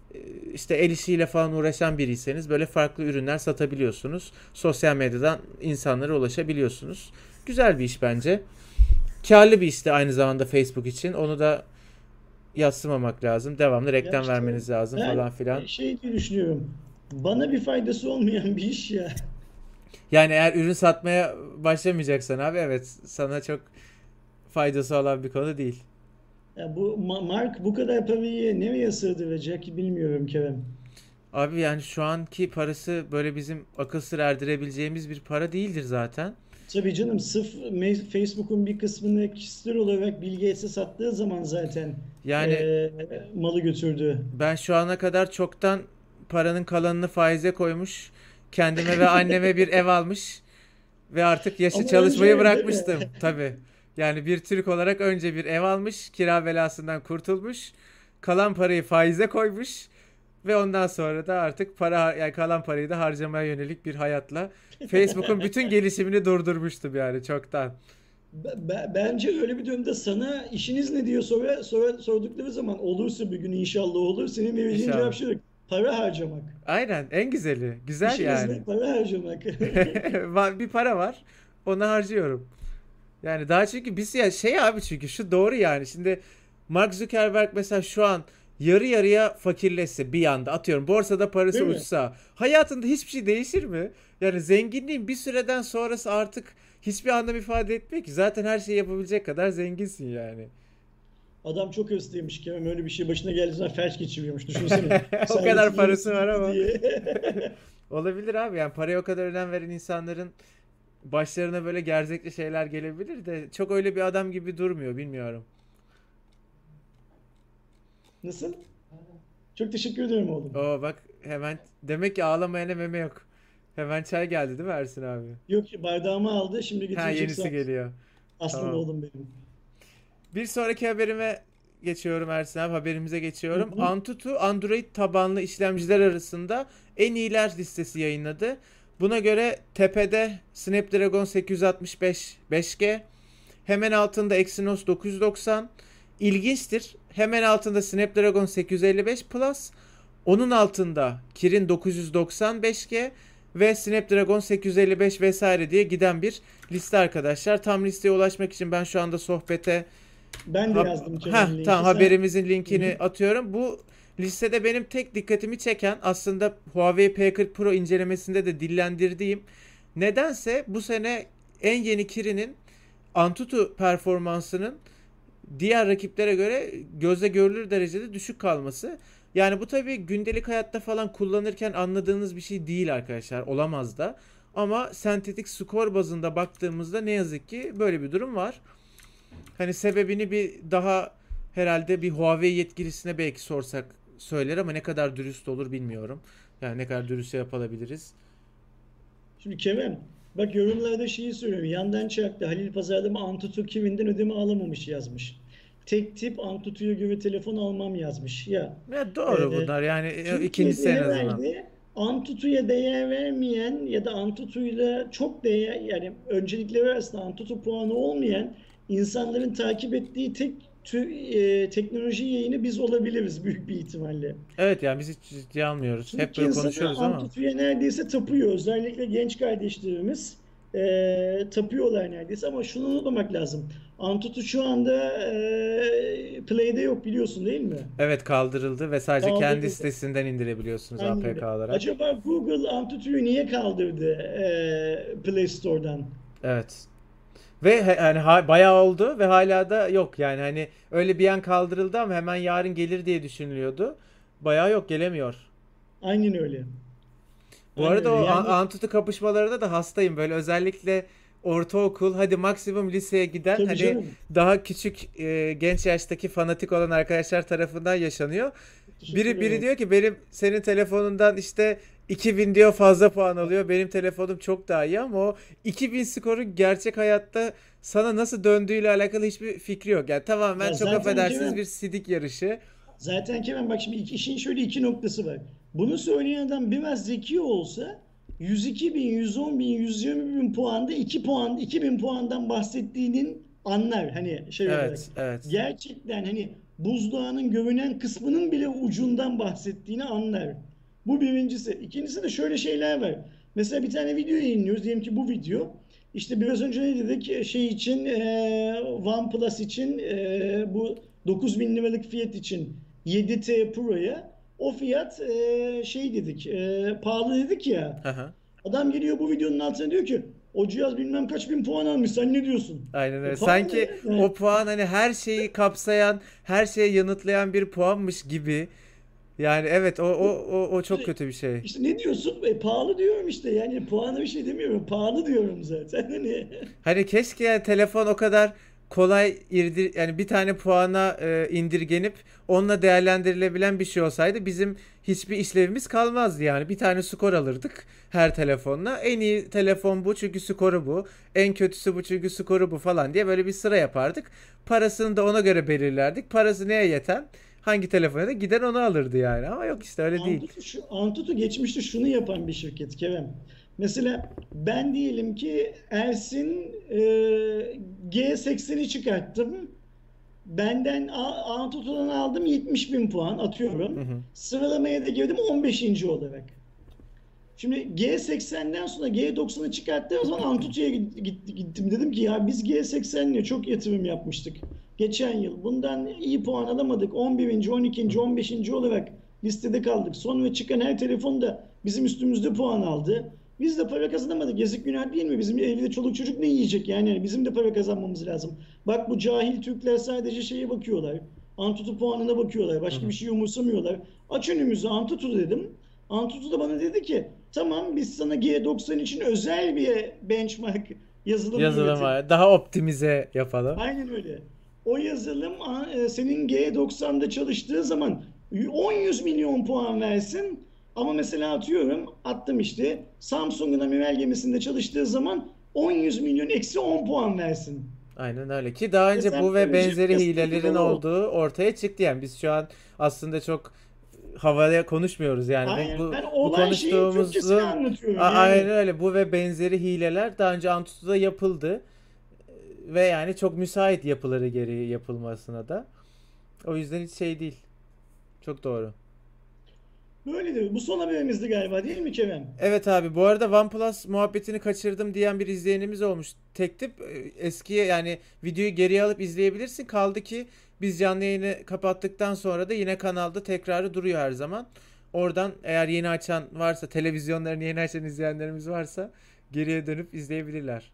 e, işte el işiyle falan uğraşan biriyseniz böyle farklı ürünler satabiliyorsunuz. Sosyal medyadan insanlara ulaşabiliyorsunuz. Güzel bir iş bence. Karlı bir iş de aynı zamanda Facebook için. Onu da yadsımamak lazım. Devamlı Ya reklam işte vermeniz lazım falan filan. ben şey diye düşünüyorum. Bana bir faydası olmayan bir iş ya. Yani eğer ürün satmaya başlamayacaksan abi, evet, sana çok faydası olan bir konu değil. Ya bu Ma- Mark bu kadar parayı nereye sığdıracak bilmiyorum Kerem. Abi yani şu anki parası böyle bizim akıl sır erdirebileceğimiz bir para değildir zaten. Tabii canım sırf Me- Facebook'un bir kısmını kişisel olarak Bill Gates'e sattığı zaman zaten Yani eee, malı götürdü. ben şu ana kadar çoktan paranın kalanını faize koymuş, kendime ve anneme bir ev almış ve artık yaşı Ama önce çalışmayı ev değil mi? bırakmıştım. Tabii. Yani bir Türk olarak önce bir ev almış, kira belasından kurtulmuş, kalan parayı faize koymuş ve ondan sonra da artık para, yani kalan parayı da harcamaya yönelik bir hayatla Facebook'un bütün gelişimini durdurmuştum yani çoktan. Be- be- Bence öyle bir durumda sana işiniz ne diyor sonra, sonra sordukları zaman olursa bir gün inşallah olur. Senin vereceğin cevap İnşallah. şu: para harcamak. Aynen, en güzeli. Güzel İşiniz yani. ne? Para harcamak. Va- Bir para var. Onu harcıyorum. Yani daha çünkü biz ya şey abi, çünkü şu doğru yani. Şimdi Mark Zuckerberg mesela şu an yarı yarıya fakirleşse bir anda, atıyorum borsada parası Değil mi? uçsa, hayatında hiçbir şey değişir mi? Yani zenginliğin bir süreden sonrası artık hiçbir anlam ifade etmiyor ki. Zaten her şeyi yapabilecek kadar zenginsin yani. Adam çok hırslıymış Kerem. Öyle bir şey başına geldiği zaman felç geçiriyormuş. Düşünsene. O Serveti kadar parası yarısı var gitti ama. diye. Olabilir abi, yani paraya o kadar önem veren insanların başlarına böyle gerzekli şeyler gelebilir de çok öyle bir adam gibi durmuyor, bilmiyorum. Nasıl? Çok teşekkür ederim oğlum. Oo bak, hemen demek ki ağlamayana meme yok. Hemen çay geldi değil mi Ersin abi? Yok, bardağımı aldı. Şimdi Ha, getirecek sağ yenisi olsun. geliyor. Aslan Tamam. oğlum benim. Bir sonraki haberime geçiyorum Ersin abi. Haberimize Hı geçiyorum. hı. Antutu Android tabanlı işlemciler arasında en iyiler listesi yayınladı. Buna göre tepede Snapdragon sekiz yüz altmış beş beş G, hemen altında Exynos dokuz yüz doksan. İlginçtir. Hemen altında Snapdragon sekiz yüz elli beş Plus. Onun altında Kirin dokuz yüz doksan beş G ve Snapdragon sekiz yüz elli beş vesaire diye giden bir liste arkadaşlar. Tam listeye ulaşmak için ben şu anda sohbete Ben de ha, yazdım ha Kerem'in tamam, linki. Sen... haberimizin Hı hı. linkini atıyorum. Bu listede benim tek dikkatimi çeken, aslında Huawei P kırk Pro incelemesinde de dillendirdiğim, nedense bu sene en yeni Kirin'in Antutu performansının diğer rakiplere göre gözle görülür derecede düşük kalması. Yani bu tabii gündelik hayatta falan kullanırken anladığınız bir şey değil arkadaşlar. Olamaz da. Ama sentetik skor bazında baktığımızda ne yazık ki böyle bir durum var. Hani sebebini bir daha herhalde bir Huawei yetkilisine belki sorsak söyler ama ne kadar dürüst olur bilmiyorum. Yani ne kadar dürüst yapabiliriz. Şimdi Kerem, bak yorumlarda şeyi söylüyorum. Yandan çaktı. Halil Pazar'da mı Antutu kiminden ödeme alamamış yazmış. Tek tip Antutu'ya göre telefon almam yazmış. Ya Ya doğru e, bunlar yani, e, ikincisi Türkiye'de en azından. herhalde Antutu'ya değer vermeyen ya da Antutu'yla çok değer, yani öncelikleri arasında Antutu puanı olmayan insanların takip ettiği tek tür, e, teknoloji yayını biz olabiliriz büyük bir ihtimalle. Evet, yani biz hiç ciddiye almıyoruz. Hep Türk böyle insanı konuşuyoruz ama. Antutu'ya neredeyse tapıyor. Özellikle genç kardeşlerimiz e, tapıyorlar neredeyse. Ama şunu unutmamak lazım. Antutu şu anda e, Play'de yok, biliyorsun değil mi? Evet, kaldırıldı ve sadece kendi Kaldırıldı. sitesinden indirebiliyorsunuz Aynen A P K öyle. olarak. Acaba Google Antutu'yu niye kaldırdı e, Play Store'dan? Evet. Ve he- yani ha- bayağı oldu ve hala da yok. Yani hani öyle bir an kaldırıldı ama hemen yarın gelir diye düşünülüyordu. Bayağı yok, gelemiyor. Aynen öyle. Bu Aynen arada o öyle. A- Yani Antutu kapışmalarında da hastayım. Böyle özellikle ortaokul, hadi maksimum liseye giden, tabii hani canım. daha küçük e, genç yaştaki fanatik olan arkadaşlar tarafından yaşanıyor. Biri Teşekkürler biri oğlum. diyor ki benim senin telefonundan işte iki bin diyor fazla puan alıyor. Benim telefonum çok daha iyi ama o iki bin skorun gerçek hayatta sana nasıl döndüğüyle alakalı hiçbir fikri yok. Yani tamamen, Ya çok zaten affedersiniz, Kerem, bir sidik yarışı. Zaten Kerem bak şimdi iki- işin şöyle iki noktası var. Bunu söyleyen adam biraz zeki olsa yüz iki bin, yüz on bin, yüz yirmi bin puanda iki puan, iki bin puandan bahsettiğinin anlar. Hani şey olarak. Evet, evet. Gerçekten hani buzdağının görünen kısmının bile ucundan bahsettiğini anlar. Bu birincisi. İkincisi de şöyle şeyler var. Mesela bir tane video yayınlıyoruz. Diyelim ki bu video. İşte biraz önce ne dedik? Şey için e, OnePlus için e, bu dokuz bin liralık fiyat için yedi T Pro'ya o fiyat e, şey dedik. E, pahalı dedik ya. Aha. Adam geliyor bu videonun altına diyor ki o cihaz bilmem kaç bin puan almış sen ne diyorsun? Aynen E, öyle. pahalı Sanki yani. o puan hani her şeyi kapsayan, her şeyi yanıtlayan bir puanmış gibi. Yani evet, o o o, o çok İşte, kötü bir şey. işte ne diyorsun? E, pahalı diyorum işte. Yani puanı bir şey demiyorum. Pahalı diyorum zaten. Hani Hani keşke yani telefon o kadar kolay irdir yani bir tane puana e, indirgenip onunla değerlendirilebilen bir şey olsaydı bizim hiçbir işlevimiz kalmazdı yani. Bir tane skor alırdık her telefonla. En iyi telefon bu çünkü skoru bu. En kötüsü bu çünkü skoru bu falan diye böyle bir sıra yapardık. Parasını da ona göre belirlerdik. Parası neye yeten hangi telefona da giden onu alırdı yani. Ama yok işte öyle değil. Antutu, şu, Antutu geçmişte şunu yapan bir şirket Kerem. Mesela ben diyelim ki Ersin e, G sekseni çıkarttım. Benden A- Antutu'dan aldım yetmiş bin puan Hı atıyorum. hı. Sıralamaya da girdim on beşinci olarak. Şimdi G seksenden sonra G doksanı çıkarttığım zaman Antutu'ya gittim. Dedim ki ya biz G seksenle çok yatırım yapmıştık. Geçen yıl bundan iyi puan alamadık. on birinci, on ikinci, on beşinci olarak listede kaldık. Sonra çıkan her telefon da bizim üstümüzde puan aldı. Biz de para kazanamadık. Yazık günah değil mi? Bizim evde çoluk çocuk ne yiyecek yani? Yani bizim de para kazanmamız lazım. Bak bu cahil Türkler sadece şeye bakıyorlar. Antutu puanına bakıyorlar. Hı Başka hı. bir şey umursamıyorlar. Aç önümüzü Antutu dedim. Antutu da bana dedi ki tamam biz sana G doksan için özel bir benchmark yazılım Yazılım üretelim. var. Daha optimize yapalım. Aynen öyle. O yazılım e, senin G doksan'da çalıştığı zaman on yüz milyon puan versin. Ama mesela atıyorum attım işte Samsung'un amiral gemisinde çalıştığı zaman on yüz milyon eksi on puan versin. Aynen öyle ki daha Ve önce sen bu ve böylece benzeri piyasada hilelerin kralı ol. olduğu ortaya çıktı yani biz şu an aslında çok havaya konuşmuyoruz yani bu Aynen. bu Ben bu olan şeyin Türkçesini konuştuğumuzun a- anlatıyorum aynen yani. öyle bu ve benzeri hileler daha önce Antutu'da yapıldı ve yani çok müsait yapıları gereği yapılmasına da o yüzden hiç şey değil, çok doğru. Böyledir. Bu son haberimizdi galiba değil mi Kerem? Evet abi, bu arada OnePlus muhabbetini kaçırdım diyen bir izleyenimiz olmuş. Tek tip e, eskiye yani videoyu geriye alıp izleyebilirsin. Kaldı ki biz canlı yayını kapattıktan sonra da yine kanalda tekrarı duruyor her zaman. Oradan eğer yeni açan varsa, televizyonlarını yeni açan izleyenlerimiz varsa geriye dönüp izleyebilirler.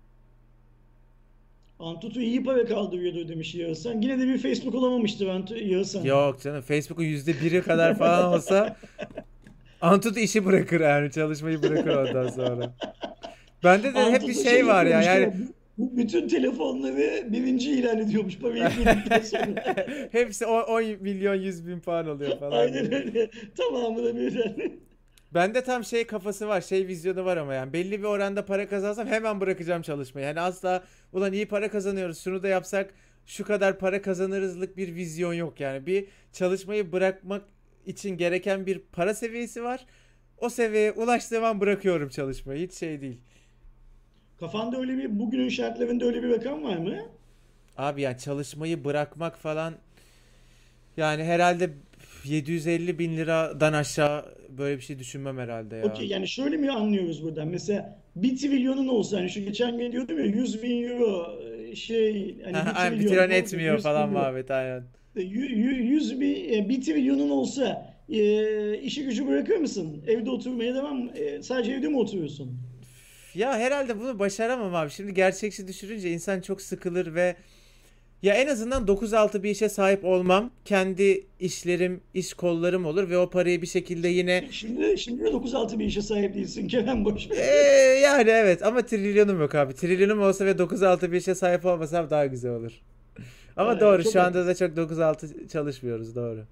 Antutu iyi para kaldırıyordu demiş Yağızhan. Yine de bir Facebook olamamıştı Antu Yağızhan. Yok canım, Facebook'un yüzde biri kadar falan olsa Antutu işi bırakır yani, çalışmayı bırakır ondan sonra. Bende de hep bir Antutu şey şey var ya yapıyormuş yani. ya. Bu bütün telefonları birinci ilan ediyormuş parayı yedikten sonra. Hepsi on milyon yüz bin puan oluyor falan Aynen diye. öyle. Tamamı birden. Bende tam şey kafası var, şey vizyonu var ama yani belli bir oranda para kazansam hemen bırakacağım çalışmayı. Yani asla ulan iyi para kazanıyoruz şunu da yapsak şu kadar para kazanırızlık bir vizyon yok yani. Bir çalışmayı bırakmak için gereken bir para seviyesi var. O seviyeye ulaştığım an bırakıyorum çalışmayı. Hiç şey değil. Kafanda öyle bir bugünün şartlarında öyle bir rakam var mı? Abi yani çalışmayı bırakmak falan yani herhalde yedi yüz elli bin liradan aşağı böyle bir şey düşünmem herhalde ya. Okey yani şöyle mi anlıyoruz buradan? Mesela bir trilyonun olsa hani şu geçen gün diyordum ya yüz bin euro e, şey hani bir Aynen, bir trilyon trilyon ne olacak etmiyor yüz bin falan euro. muhabbet aynen. E, yü- yü- yüz bin, e, bir trilyonun olsa e, işi gücü bırakır mısın? Evde oturmaya devam e, sadece evde mi oturuyorsun? Ya herhalde bunu başaramam abi. Şimdi gerçekçi düşününce insan çok sıkılır ve ya en azından dokuz altı bir işe sahip olmam. Kendi işlerim, iş kollarım olur ve o parayı bir şekilde yine Şimdi şimdi de dokuz altı bir işe sahip değilsin Kerem boş ver. Eee, yani evet ama trilyonum yok abi. Trilyonum olsa ve dokuz altı bir işe sahip olmasam daha güzel olur. Ama Ha, doğru, çok şu anda da haklısın. çok dokuz altı çalışmıyoruz, doğru.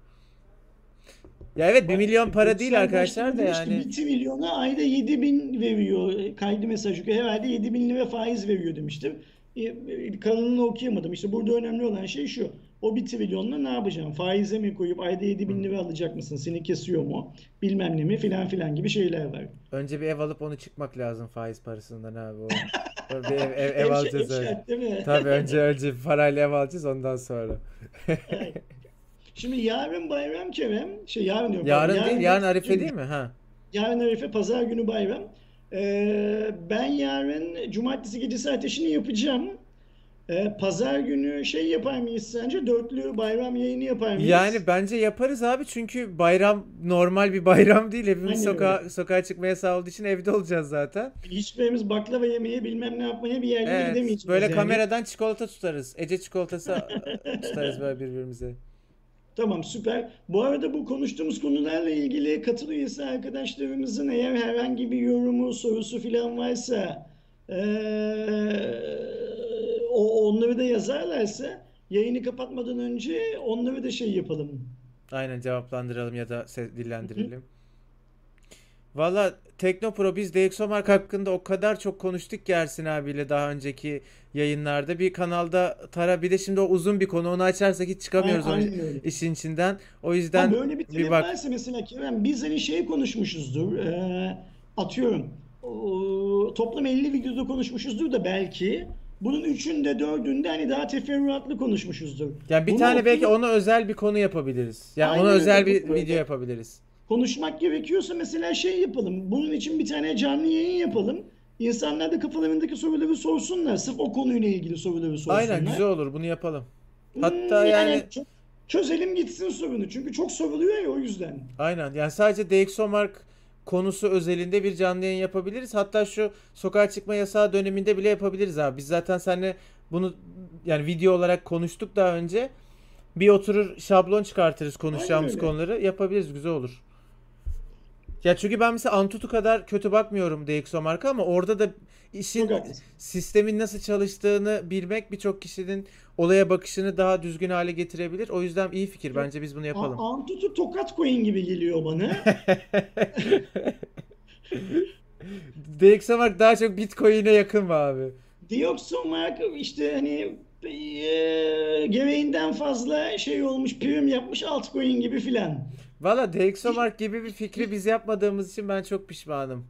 Ya evet, bir Bak milyon işte para değil Göksel arkadaşlar Başbuğ da demiş ki yani. bir trilyona ayda yedi bin veriyor. E, Kaydı mesaj yukarı herhalde yedi bin lira faiz veriyor demiştim. E, e, kanalını okuyamadım. İşte burada önemli olan şey şu. O bir trilyonla ne yapacaksın? Faize mi koyup ayda yedi bin Hı. lira alacak mısın? Seni kesiyor mu? Bilmem ne mi filan filan gibi şeyler var. Önce bir ev alıp onu çıkmak lazım faiz parasından abi o. O bir ev, ev, ev Ev, şa- ev alacağız önce. şart değil mi? Tabii önce önce parayla ev alacağız ondan sonra. Ay. Şimdi yarın bayram Kerem. Şey yarın diyorum pardon. Yarın değil, Yarın yarın dört Arife Ekim. değil mi? Ha. Yarın Arife, pazar günü bayram. Ee, ben yarın cumartesi gecesi ateşini yapacağım. Ee, pazar günü şey yapar mıyız sence? Dörtlü bayram yayını yapar Yani mıyız? bence yaparız abi çünkü bayram normal bir bayram değil. Hepimiz Aynen öyle. sokağa sokağa çıkmaya yasağı olduğu için evde olacağız zaten. Hiçbirimiz baklava yemeye bilmem ne yapmaya bir yerlere Evet, gidemeyeceğiz böyle yani. kameradan çikolata tutarız. Ece çikolatası e, tutarız böyle birbirimize. Tamam, süper. Bu arada bu konuştuğumuz konularla ilgili katıl üyesi arkadaşlarımızın eğer herhangi bir yorumu, sorusu falan varsa eee, o onları da yazarlarsa yayını kapatmadan önce onları da şey yapalım. Aynen cevaplandıralım ya da se- Hı hı. dillendirelim. Valla Teknopro biz D X O Mark hakkında o kadar çok konuştuk ki Ersin abiyle daha önceki yayınlarda. Bir kanalda Tara bir de şimdi o uzun bir konu onu açarsak hiç A- çıkamıyoruz onun Aynen öyle. işin içinden. O Ha, yüzden böyle bir bir talep bak. varsa mesela Kerem, biz hani şey konuşmuşuzdur, eee, atıyorum o, toplam elli videoda konuşmuşuzdur da belki bunun üçünde dördünde hani daha teferruatlı konuşmuşuzdur. Yani bir Bunu tane belki oturup ona özel bir konu yapabiliriz. Yani ona aynen özel öyle, bunu bir video böyle yapabiliriz. konuşmak gerekiyorsa mesela şey yapalım. Bunun için bir tane canlı yayın yapalım. İnsanlar da kafalarındaki soruları sorsunlar. Sırf o konuyla ilgili soruları Aynen sorsunlar. güzel olur bunu yapalım. Hmm, Hatta yani yani çö- çözelim gitsin sorunu. Çünkü çok soruluyor ya, o yüzden. aynen yani sadece D X O Mark konusu özelinde bir canlı yayın yapabiliriz. Hatta şu sokağa çıkma yasağı döneminde bile yapabiliriz abi. Biz zaten seninle bunu yani video olarak konuştuk daha önce. Bir oturur şablon çıkartırız Aynen konuşacağımız öyle. konuları yapabiliriz güzel olur. Ya çünkü ben mesela Antutu kadar kötü bakmıyorum D X O marka ama orada da Çok işin haklısın. sistemin nasıl çalıştığını bilmek birçok kişinin olaya bakışını daha düzgün hale getirebilir. O yüzden iyi fikir. Yok. Bence biz bunu A- yapalım. Antutu tokat coin gibi geliyor bana. D X O mark daha çok Bitcoin'e yakın mı abi? Dioxomark işte hani eee, gereğinden fazla şey olmuş, prim yapmış altcoin gibi filan. Valla D X O Hiç, mark gibi bir fikri hiç- biz yapmadığımız için ben çok pişmanım.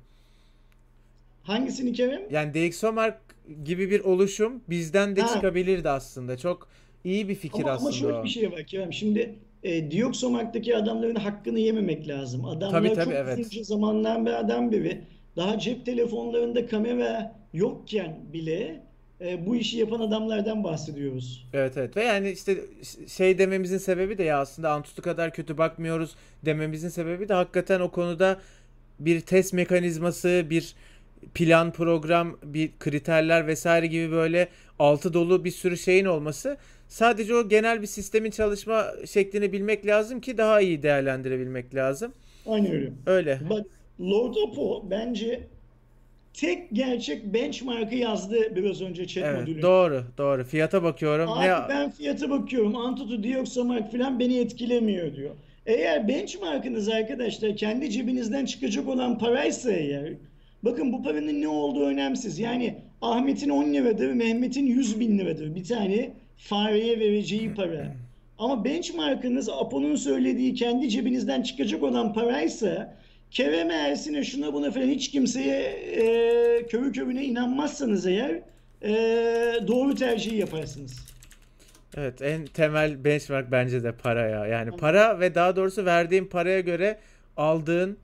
hangisini Kerem? Yani D X O mark gibi bir oluşum bizden de Ha, çıkabilirdi aslında. Çok iyi bir fikir ama ama aslında şöyle bir o. şey var Kerem. Şimdi e, Dioxomark'taki adamların hakkını yememek lazım. Tabii Adamlar tabii çok evet. uzunca zamandan beri daha cep telefonlarında kamera yokken bile e, bu işi yapan adamlardan bahsediyoruz. Evet evet ve yani işte şey dememizin sebebi de ya aslında Antutu kadar kötü bakmıyoruz dememizin sebebi de hakikaten o konuda bir test mekanizması, bir plan, program, bir kriterler vesaire gibi böyle altı dolu bir sürü şeyin olması. Sadece o genel bir sistemin çalışma şeklini bilmek lazım ki daha iyi değerlendirebilmek lazım. Aynen öyle. Öyle. Bak, Lord Oppo bence tek gerçek benchmark'ı yazdı biraz önce chat Evet, modülüne. doğru, doğru. Fiyata bakıyorum. Ne Abi ben fiyata bakıyorum. Antutu, Dioxomark falan beni etkilemiyor diyor. Eğer benchmark'ınız arkadaşlar kendi cebinizden çıkacak olan paraysa eğer, bakın bu paranın ne olduğu önemsiz. Yani Ahmet'in on liradır, Mehmet'in yüz bin liradır. Bir tane fareye vereceği para. Ama benchmark'ınız Apo'nun söylediği kendi cebinizden çıkacak olan paraysa, Kerem'e, Ersin'e, şuna buna falan hiç kimseye e, körü körüne inanmazsanız eğer e, doğru tercihi yaparsınız. Evet, en temel benchmark bence de para ya. Yani para ve daha doğrusu verdiğin paraya göre aldığın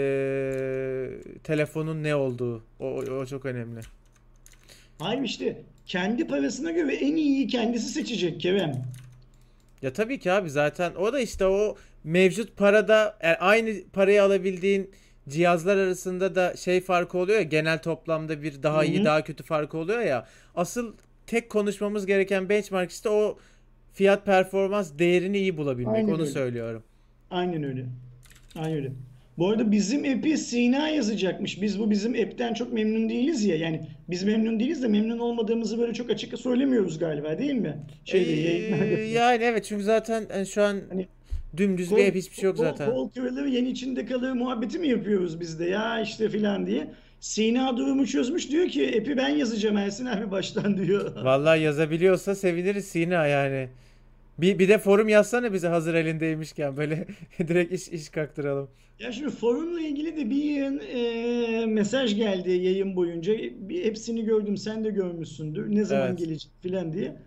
eee, telefonun ne olduğu. O, o, o çok önemli. Hayır, işte kendi parasına göre en iyiyi kendisi seçecek Kerem. Ya tabii ki abi zaten o da işte o mevcut parada e, aynı parayı alabildiğin cihazlar arasında da şey farkı oluyor ya genel toplamda bir Hı daha iyi hı. daha kötü farkı oluyor ya. Asıl tek konuşmamız gereken benchmark işte o fiyat performans değerini iyi bulabilmek. Aynen Onu öyle. söylüyorum. Aynen öyle. Aynen öyle. Bu arada bizim app'i Sina yazacakmış. Biz bu bizim app'ten çok memnun değiliz ya. Yani biz memnun değiliz de memnun olmadığımızı böyle çok açık söylemiyoruz galiba, değil mi? Ee, Şeyde, yayınlarda falan. yani evet çünkü zaten yani şu an Hani dümdüz bir kol, app hiçbir şey yok kol, zaten. kol kırılır yen içinde kalır muhabbeti mi yapıyoruz biz de ya işte filan diye. Sina durumu çözmüş, diyor ki app'i ben yazacağım Ersin abi baştan diyor. Vallahi yazabiliyorsa seviniriz Sina yani. Bir, bir de forum yazsana bize hazır elindeymişken böyle direkt iş iş kaktıralım. Ya şimdi forumla ilgili de bir yayın, e, mesaj geldi yayın boyunca. Bir, hepsini gördüm, sen de görmüşsündür. Ne zaman Evet. gelecek filan diye.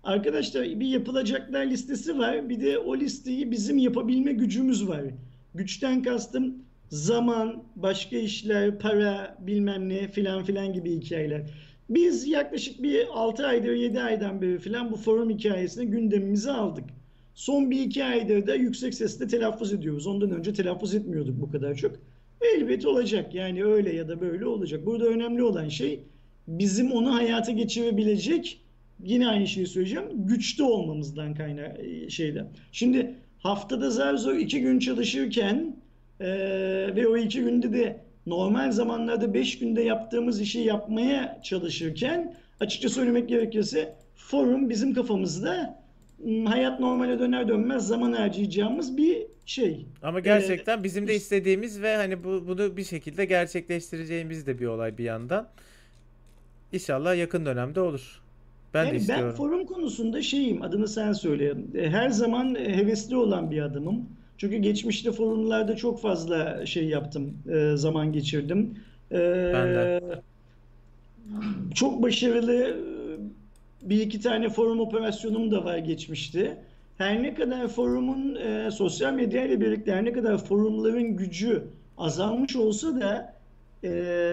Arkadaşlar bir yapılacaklar listesi var. Bir de o listeyi bizim yapabilme gücümüz var. Güçten kastım zaman, başka işler, para, bilmem ne filan filan gibi hikayeler. Biz yaklaşık bir altı aydır, yedi aydan beri filan bu forum hikayesini gündemimize aldık. Son bir iki aydır da yüksek sesle telaffuz ediyoruz. Ondan önce telaffuz etmiyorduk bu kadar çok. Elbet olacak. Yani öyle ya da böyle olacak. Burada önemli olan şey bizim onu hayata geçirebilecek, yine aynı şeyi söyleyeceğim, güçlü olmamızdan kaynak şeyden. Şimdi haftada zar zor iki gün çalışırken e, ve o iki günde de normal zamanlarda beş günde yaptığımız işi yapmaya çalışırken, açıkça söylemek gerekirse forum bizim kafamızda hayat normale döner dönmez zaman harcayacağımız bir şey. Ama Ee, gerçekten bizim de istediğimiz ve hani bu, bunu bir şekilde gerçekleştireceğimiz de bir olay bir yandan. İnşallah yakın dönemde olur. Ben de Yani ben istiyorum. forum konusunda şeyim, adını sen söyle. E, Her zaman e, hevesli olan bir adamım. Çünkü geçmişte forumlarda çok fazla şey yaptım, e, zaman geçirdim. Ben de. E, Çok başarılı e, bir iki tane forum operasyonum da var geçmişte. Her ne kadar forumun e, sosyal medya ile birlikte her ne kadar forumların gücü azalmış olsa da e,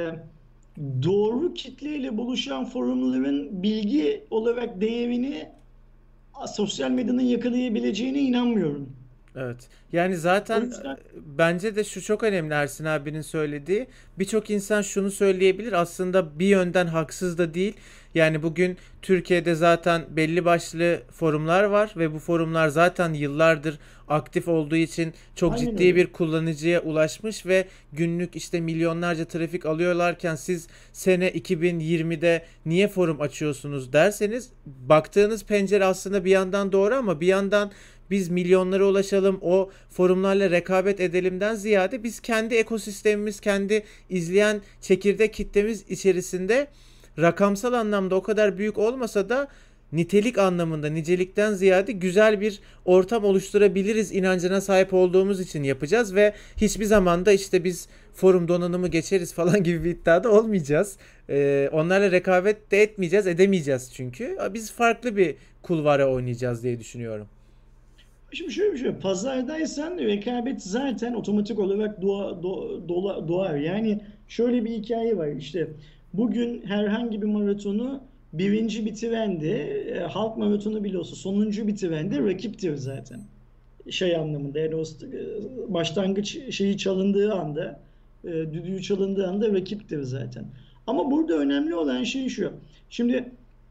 doğru kitleyle buluşan forumların bilgi olarak değerini sosyal medyanın yakalayabileceğine inanmıyorum. Evet. Yani O zaten yüzden e, bence de şu çok önemli Ersin abinin söylediği. Birçok insan şunu söyleyebilir. Aslında bir yönden haksız da değil. Yani bugün Türkiye'de zaten belli başlı forumlar var ve bu forumlar zaten yıllardır aktif olduğu için çok aynen ciddi öyle. bir kullanıcıya ulaşmış ve günlük işte milyonlarca trafik alıyorlarken siz sene iki bin yirmide niye forum açıyorsunuz derseniz baktığınız pencere aslında bir yandan doğru ama bir yandan biz milyonlara ulaşalım, o forumlarla rekabet edelimden ziyade biz kendi ekosistemimiz, kendi izleyen çekirdek kitlemiz içerisinde rakamsal anlamda o kadar büyük olmasa da nitelik anlamında nicelikten ziyade güzel bir ortam oluşturabiliriz inancına sahip olduğumuz için yapacağız ve hiçbir zaman da işte biz forum donanımı geçeriz falan gibi bir iddiada olmayacağız. Ee, onlarla rekabet de etmeyeceğiz, edemeyeceğiz çünkü. Biz farklı bir kulvara oynayacağız diye düşünüyorum. Şimdi şöyle bir şey, pazardaysan rekabet zaten otomatik olarak doğa, do- dola- doğar. Yani şöyle bir hikaye var işte, bugün herhangi bir maratonu birinci bitiren de e, halk maratonu bile olsa sonuncu bitiren de rakiptir zaten. Şey anlamında, yani o st- e, başlangıç şeyi çalındığı anda, e, düdüğü çalındığı anda rakiptir zaten. Ama burada önemli olan şey şu. Şimdi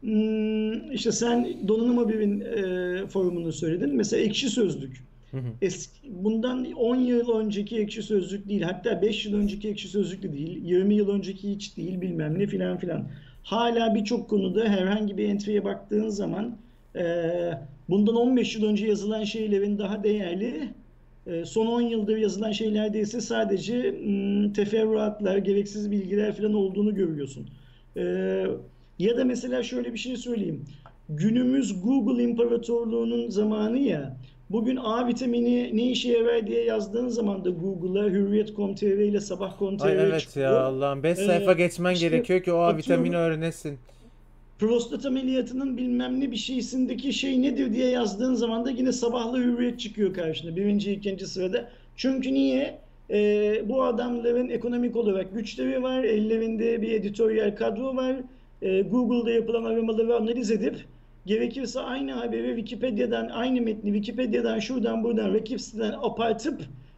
hmm, işte sen Donanım Haber'in e, forumunu söyledin. Mesela Ekşi Sözlük. Hı hı. Eski, bundan on yıl önceki Ekşi Sözlük değil, hatta beş yıl önceki Ekşi Sözlük de değil, yirmi yıl önceki hiç değil, bilmem ne filan filan. Hala birçok konuda herhangi bir entry'ye baktığın zaman e, bundan on beş yıl önce yazılan şeylerin daha değerli, e, son on yıldır yazılan şeylerde ise sadece mm, teferruatlar, gereksiz bilgiler falan olduğunu görüyorsun. E, Ya da mesela şöyle bir şey söyleyeyim. Günümüz Google İmparatorluğu'nun zamanı ya. Bugün A vitamini ne işe yarar diye yazdığın zaman da Google'a hürriyet nokta com nokta tr ile sabah nokta com nokta Ay tr evet ya çıkıyor. Allah'ım beş sayfa Ee, geçmen işte gerekiyor ki o A vitamini atıyorum, öğrenesin. prostat ameliyatının bilmem ne bir şeysindeki şey nedir diye yazdığın zaman da yine sabahla hürriyet çıkıyor karşına. Birinci, ikinci sırada. Çünkü niye? Ee, bu adamların ekonomik olarak güçleri var. Ellerinde bir editoryal kadro var. Ee, Google'da yapılan aramaları analiz edip gerekirse aynı haberi Wikipedia'dan, aynı metni Wikipedia'dan, şuradan buradan, rakip siteden apartıp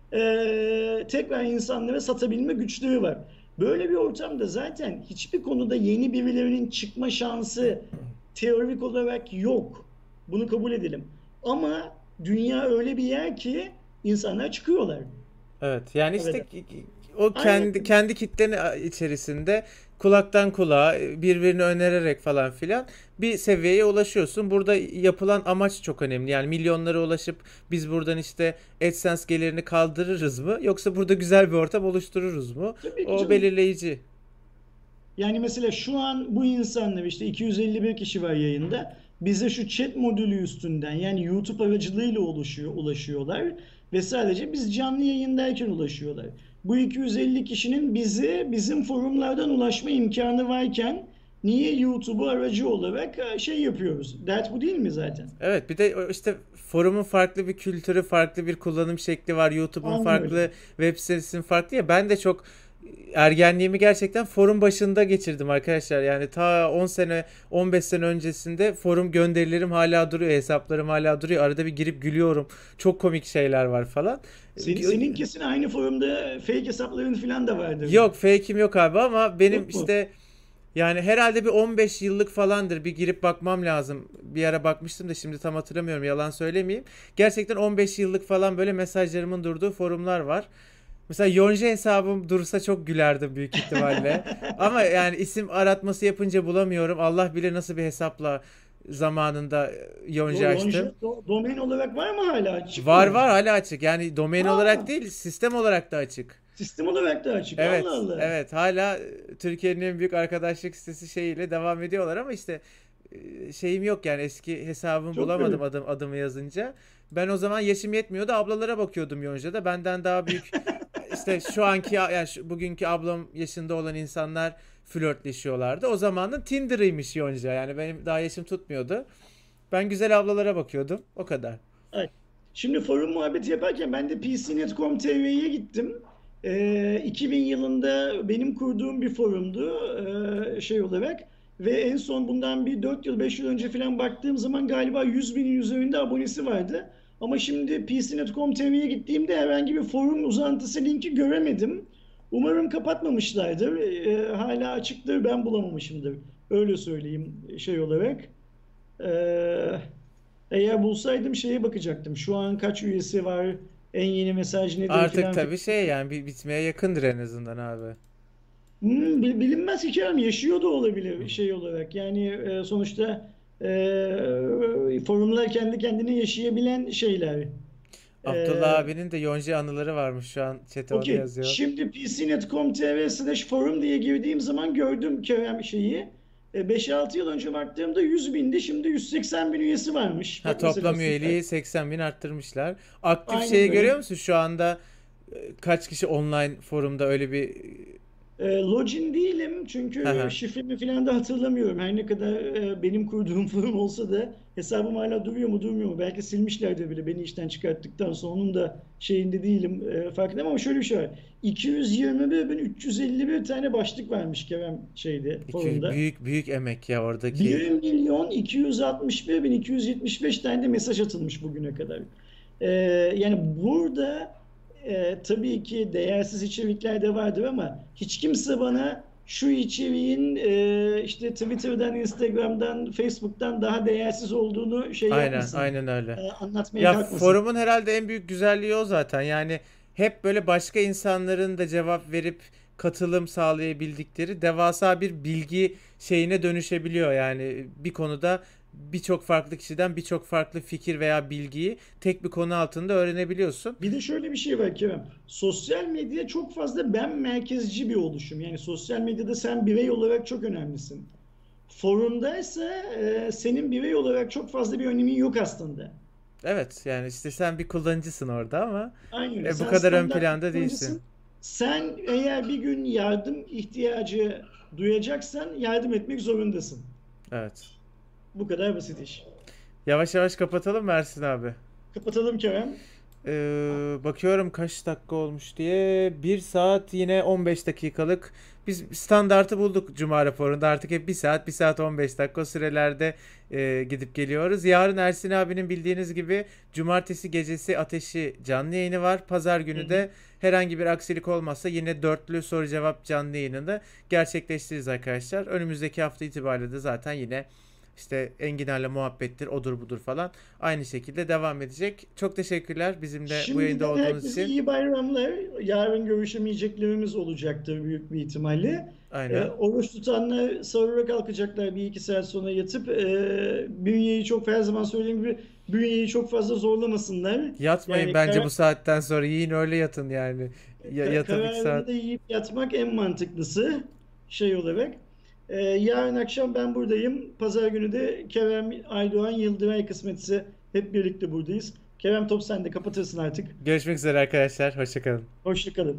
ee, tekrar insanlara satabilme güçleri var. Böyle bir ortamda zaten hiçbir konuda yeni birilerinin çıkma şansı teorik olarak yok. Bunu kabul edelim. Ama dünya öyle bir yer ki insanlar çıkıyorlar. Evet yani işte Evet. o Aynen. kendi kendi kitlenin içerisinde kulaktan kulağa birbirini önererek falan filan bir seviyeye ulaşıyorsun. Burada yapılan amaç çok önemli. Yani milyonlara ulaşıp biz buradan işte AdSense gelirini kaldırırız mı? Yoksa burada güzel bir ortam oluştururuz mu? Tabii ki O canım. belirleyici. Yani mesela şu an bu insanlar, işte iki yüz elli bir kişi var yayında, bize şu chat modülü üstünden, yani YouTube aracılığıyla ulaşıyor, ulaşıyorlar ve sadece biz canlı yayındayken ulaşıyorlar. Bu iki yüz elli kişinin bize bizim forumlardan ulaşma imkanı varken Niye YouTube'u aracı olarak e, şey yapıyoruz? Dert bu değil mi zaten? Evet, bir de o işte forumun farklı bir kültürü, farklı bir kullanım şekli var. YouTube'un Aynen öyle. farklı, web sitesinin farklı ya. Ben de çok ergenliğimi gerçekten forum başında geçirdim arkadaşlar. Yani ta on sene, on beş sene öncesinde forum gönderilerim hala duruyor, hesaplarım hala duruyor. Arada bir girip gülüyorum. Çok komik şeyler var falan. Senin, senin kesin aynı forumda fake hesapların falan da vardır. Yok, fake'im yok abi ama benim Yok mu? işte yani herhalde bir on beş yıllık falandır. Bir girip bakmam lazım. Bir ara bakmıştım da şimdi tam hatırlamıyorum. Yalan söylemeyeyim. Gerçekten on beş yıllık falan böyle mesajlarımın durduğu forumlar var. Mesela Yonca hesabım dursa çok gülerdim büyük ihtimalle. Ama yani isim aratması yapınca bulamıyorum. Allah bilir nasıl bir hesapla zamanında Do- Yonca açtım. Lonca- do- domain olarak var mı hala? Açık Var mı? var hala açık. Yani domain olarak Aa, değil, sistem olarak da açık. sistem olarak da açık. Allah Evet, Allah. evet. Hala e, Türkiye'nin en büyük arkadaşlık sitesi şeyiyle devam ediyorlar ama işte e, şeyim yok yani eski hesabımı Çok bulamadım garip. adım adımı yazınca. Ben o zaman yaşım yetmiyordu. Ablalara bakıyordum Yonca'da. Benden daha büyük işte şu anki yani şu, bugünkü ablam yaşında olan insanlar flörtleşiyorlardı. O zamanın Tinder'ıymış Yonca. Yani benim daha yaşım tutmuyordu. Ben güzel ablalara bakıyordum. O kadar. Ay. Şimdi forum muhabbeti yaparken ben de p c nokta net nokta com nokta t v'ye gittim. Ee, iki bin yılında benim kurduğum bir forumdu ee, şey olarak. Ve en son bundan bir dört yıl beş yıl önce falan baktığım zaman galiba yüz binin üzerinde abonesi vardı. Ama şimdi p c nokta net nokta com nokta t v'ye gittiğimde herhangi bir forum uzantısı linki göremedim. Umarım kapatmamışlardır. Ee, hala açıktır, ben bulamamışımdır. Öyle söyleyeyim şey olarak. Ee, Eğer bulsaydım şeye bakacaktım. Şu an kaç üyesi var, en yeni mesaj nedir Artık filan tabii şey filan. yani bir bitmeye yakındır en azından abi. Hmm, bil- bilinmez hikayem yaşıyor da olabilir şey olarak. Yani e, sonuçta e, forumlar kendi kendine yaşayabilen şeyler. Abdullah E, abinin de Yonca anıları varmış şu an chat'e onu Okey. yazıyor. Şimdi p c nokta net nokta com nokta t v slash forum diye girdiğim zaman gördüm Kerem şeyi. E, beş altı yıl önce baktığımda yüz bindi. Şimdi yüz seksen bin üyesi varmış. Ha, Bak mesela toplam süper. üyeliği seksen bin arttırmışlar. Aktif Aynen şeyi görüyor öyle. musun? Şu anda e, kaç kişi online forumda öyle bir E, login değilim ha çünkü ha. şifremi falan da hatırlamıyorum. Her ne kadar e, benim kurduğum forum olsa da hesabım hala duruyor mu durmuyor mu? Belki silmişlerdir bile beni işten çıkarttıktan sonra onun da şeyinde değilim e, farkındayım ama şöyle bir şey var. iki yüz yirmi bir bin üç yüz elli bir tane başlık vermiş Kerem şeyde iki yüz forumda. büyük büyük emek ya oradaki. bir milyon iki yüz altmış bir bin iki yüz yetmiş beş tane de mesaj atılmış bugüne kadar. Ee, Yani burada e, tabii ki değersiz içerikler de vardır ama hiç kimse bana şu içeriğin e, işte Twitter'dan, Instagram'dan, Facebook'tan daha değersiz olduğunu şey Aynen, yapmasın, aynen öyle. e, anlatmaya Ya kalkmasın. forumun herhalde en büyük güzelliği o zaten. Yani hep böyle başka insanların da cevap verip katılım sağlayabildikleri devasa bir bilgi şeyine dönüşebiliyor. Yani bir konuda birçok farklı kişiden birçok farklı fikir veya bilgiyi tek bir konu altında öğrenebiliyorsun. Bir de şöyle bir şey var Kerem. Sosyal medya çok fazla ben merkezci bir oluşum. Yani sosyal medyada sen birey olarak çok önemlisin. Forumdaysa e, senin birey olarak çok fazla bir önemin yok aslında. Evet, yani işte sen bir kullanıcısın orada ama Aynı öyle. e, bu Sen kadar ön standart bir planda değilsin. kullanıcısın. Sen eğer bir gün yardım ihtiyacı duyacaksan yardım etmek zorundasın. Evet. Bu kadar basit iş. Yavaş yavaş kapatalım mı Ersin abi? Kapatalım Kerem. Ee, bakıyorum kaç dakika olmuş diye. Bir saat yine on beş dakikalık. Biz standartı bulduk Cuma raporunda. Artık hep bir saat, bir saat on beş dakika o sürelerde e, gidip geliyoruz. Yarın Ersin abinin bildiğiniz gibi Cumartesi gecesi Ateşi canlı yayını var. Pazar Hı günü hı. de herhangi bir aksilik olmazsa yine dörtlü soru cevap canlı yayınını gerçekleştiririz arkadaşlar. Önümüzdeki hafta itibariyle de zaten yine işte enginarla muhabbettir, odur budur falan aynı şekilde devam edecek. Çok teşekkürler bizimle bu yayında Şimdiden olduğunuz herkese için. iyi bayramlar. Yarın görüşemeyeceklerimiz olacaktır büyük bir ihtimalle. E, Aynen. oruç tutanlar sahura kalkacaklar bir iki saat sonra yatıp e, bünyeyi çok her zaman söylediğim gibi bünyeyi çok fazla zorlamasınlar. Yatmayın Yani bence kar- bu saatten sonra. Yiyin öyle yatın yani. Ya, ka- yatıp iki saat. kararında yiyip yatmak en mantıklısı şey olarak. E, yarın akşam ben buradayım. Pazar günü de Kerem Aydoğan Yıldıray kısmetse hep birlikte buradayız. Kerem top sende, kapatırsın artık. Görüşmek üzere arkadaşlar. Hoşça kalın. Hoşça kalın.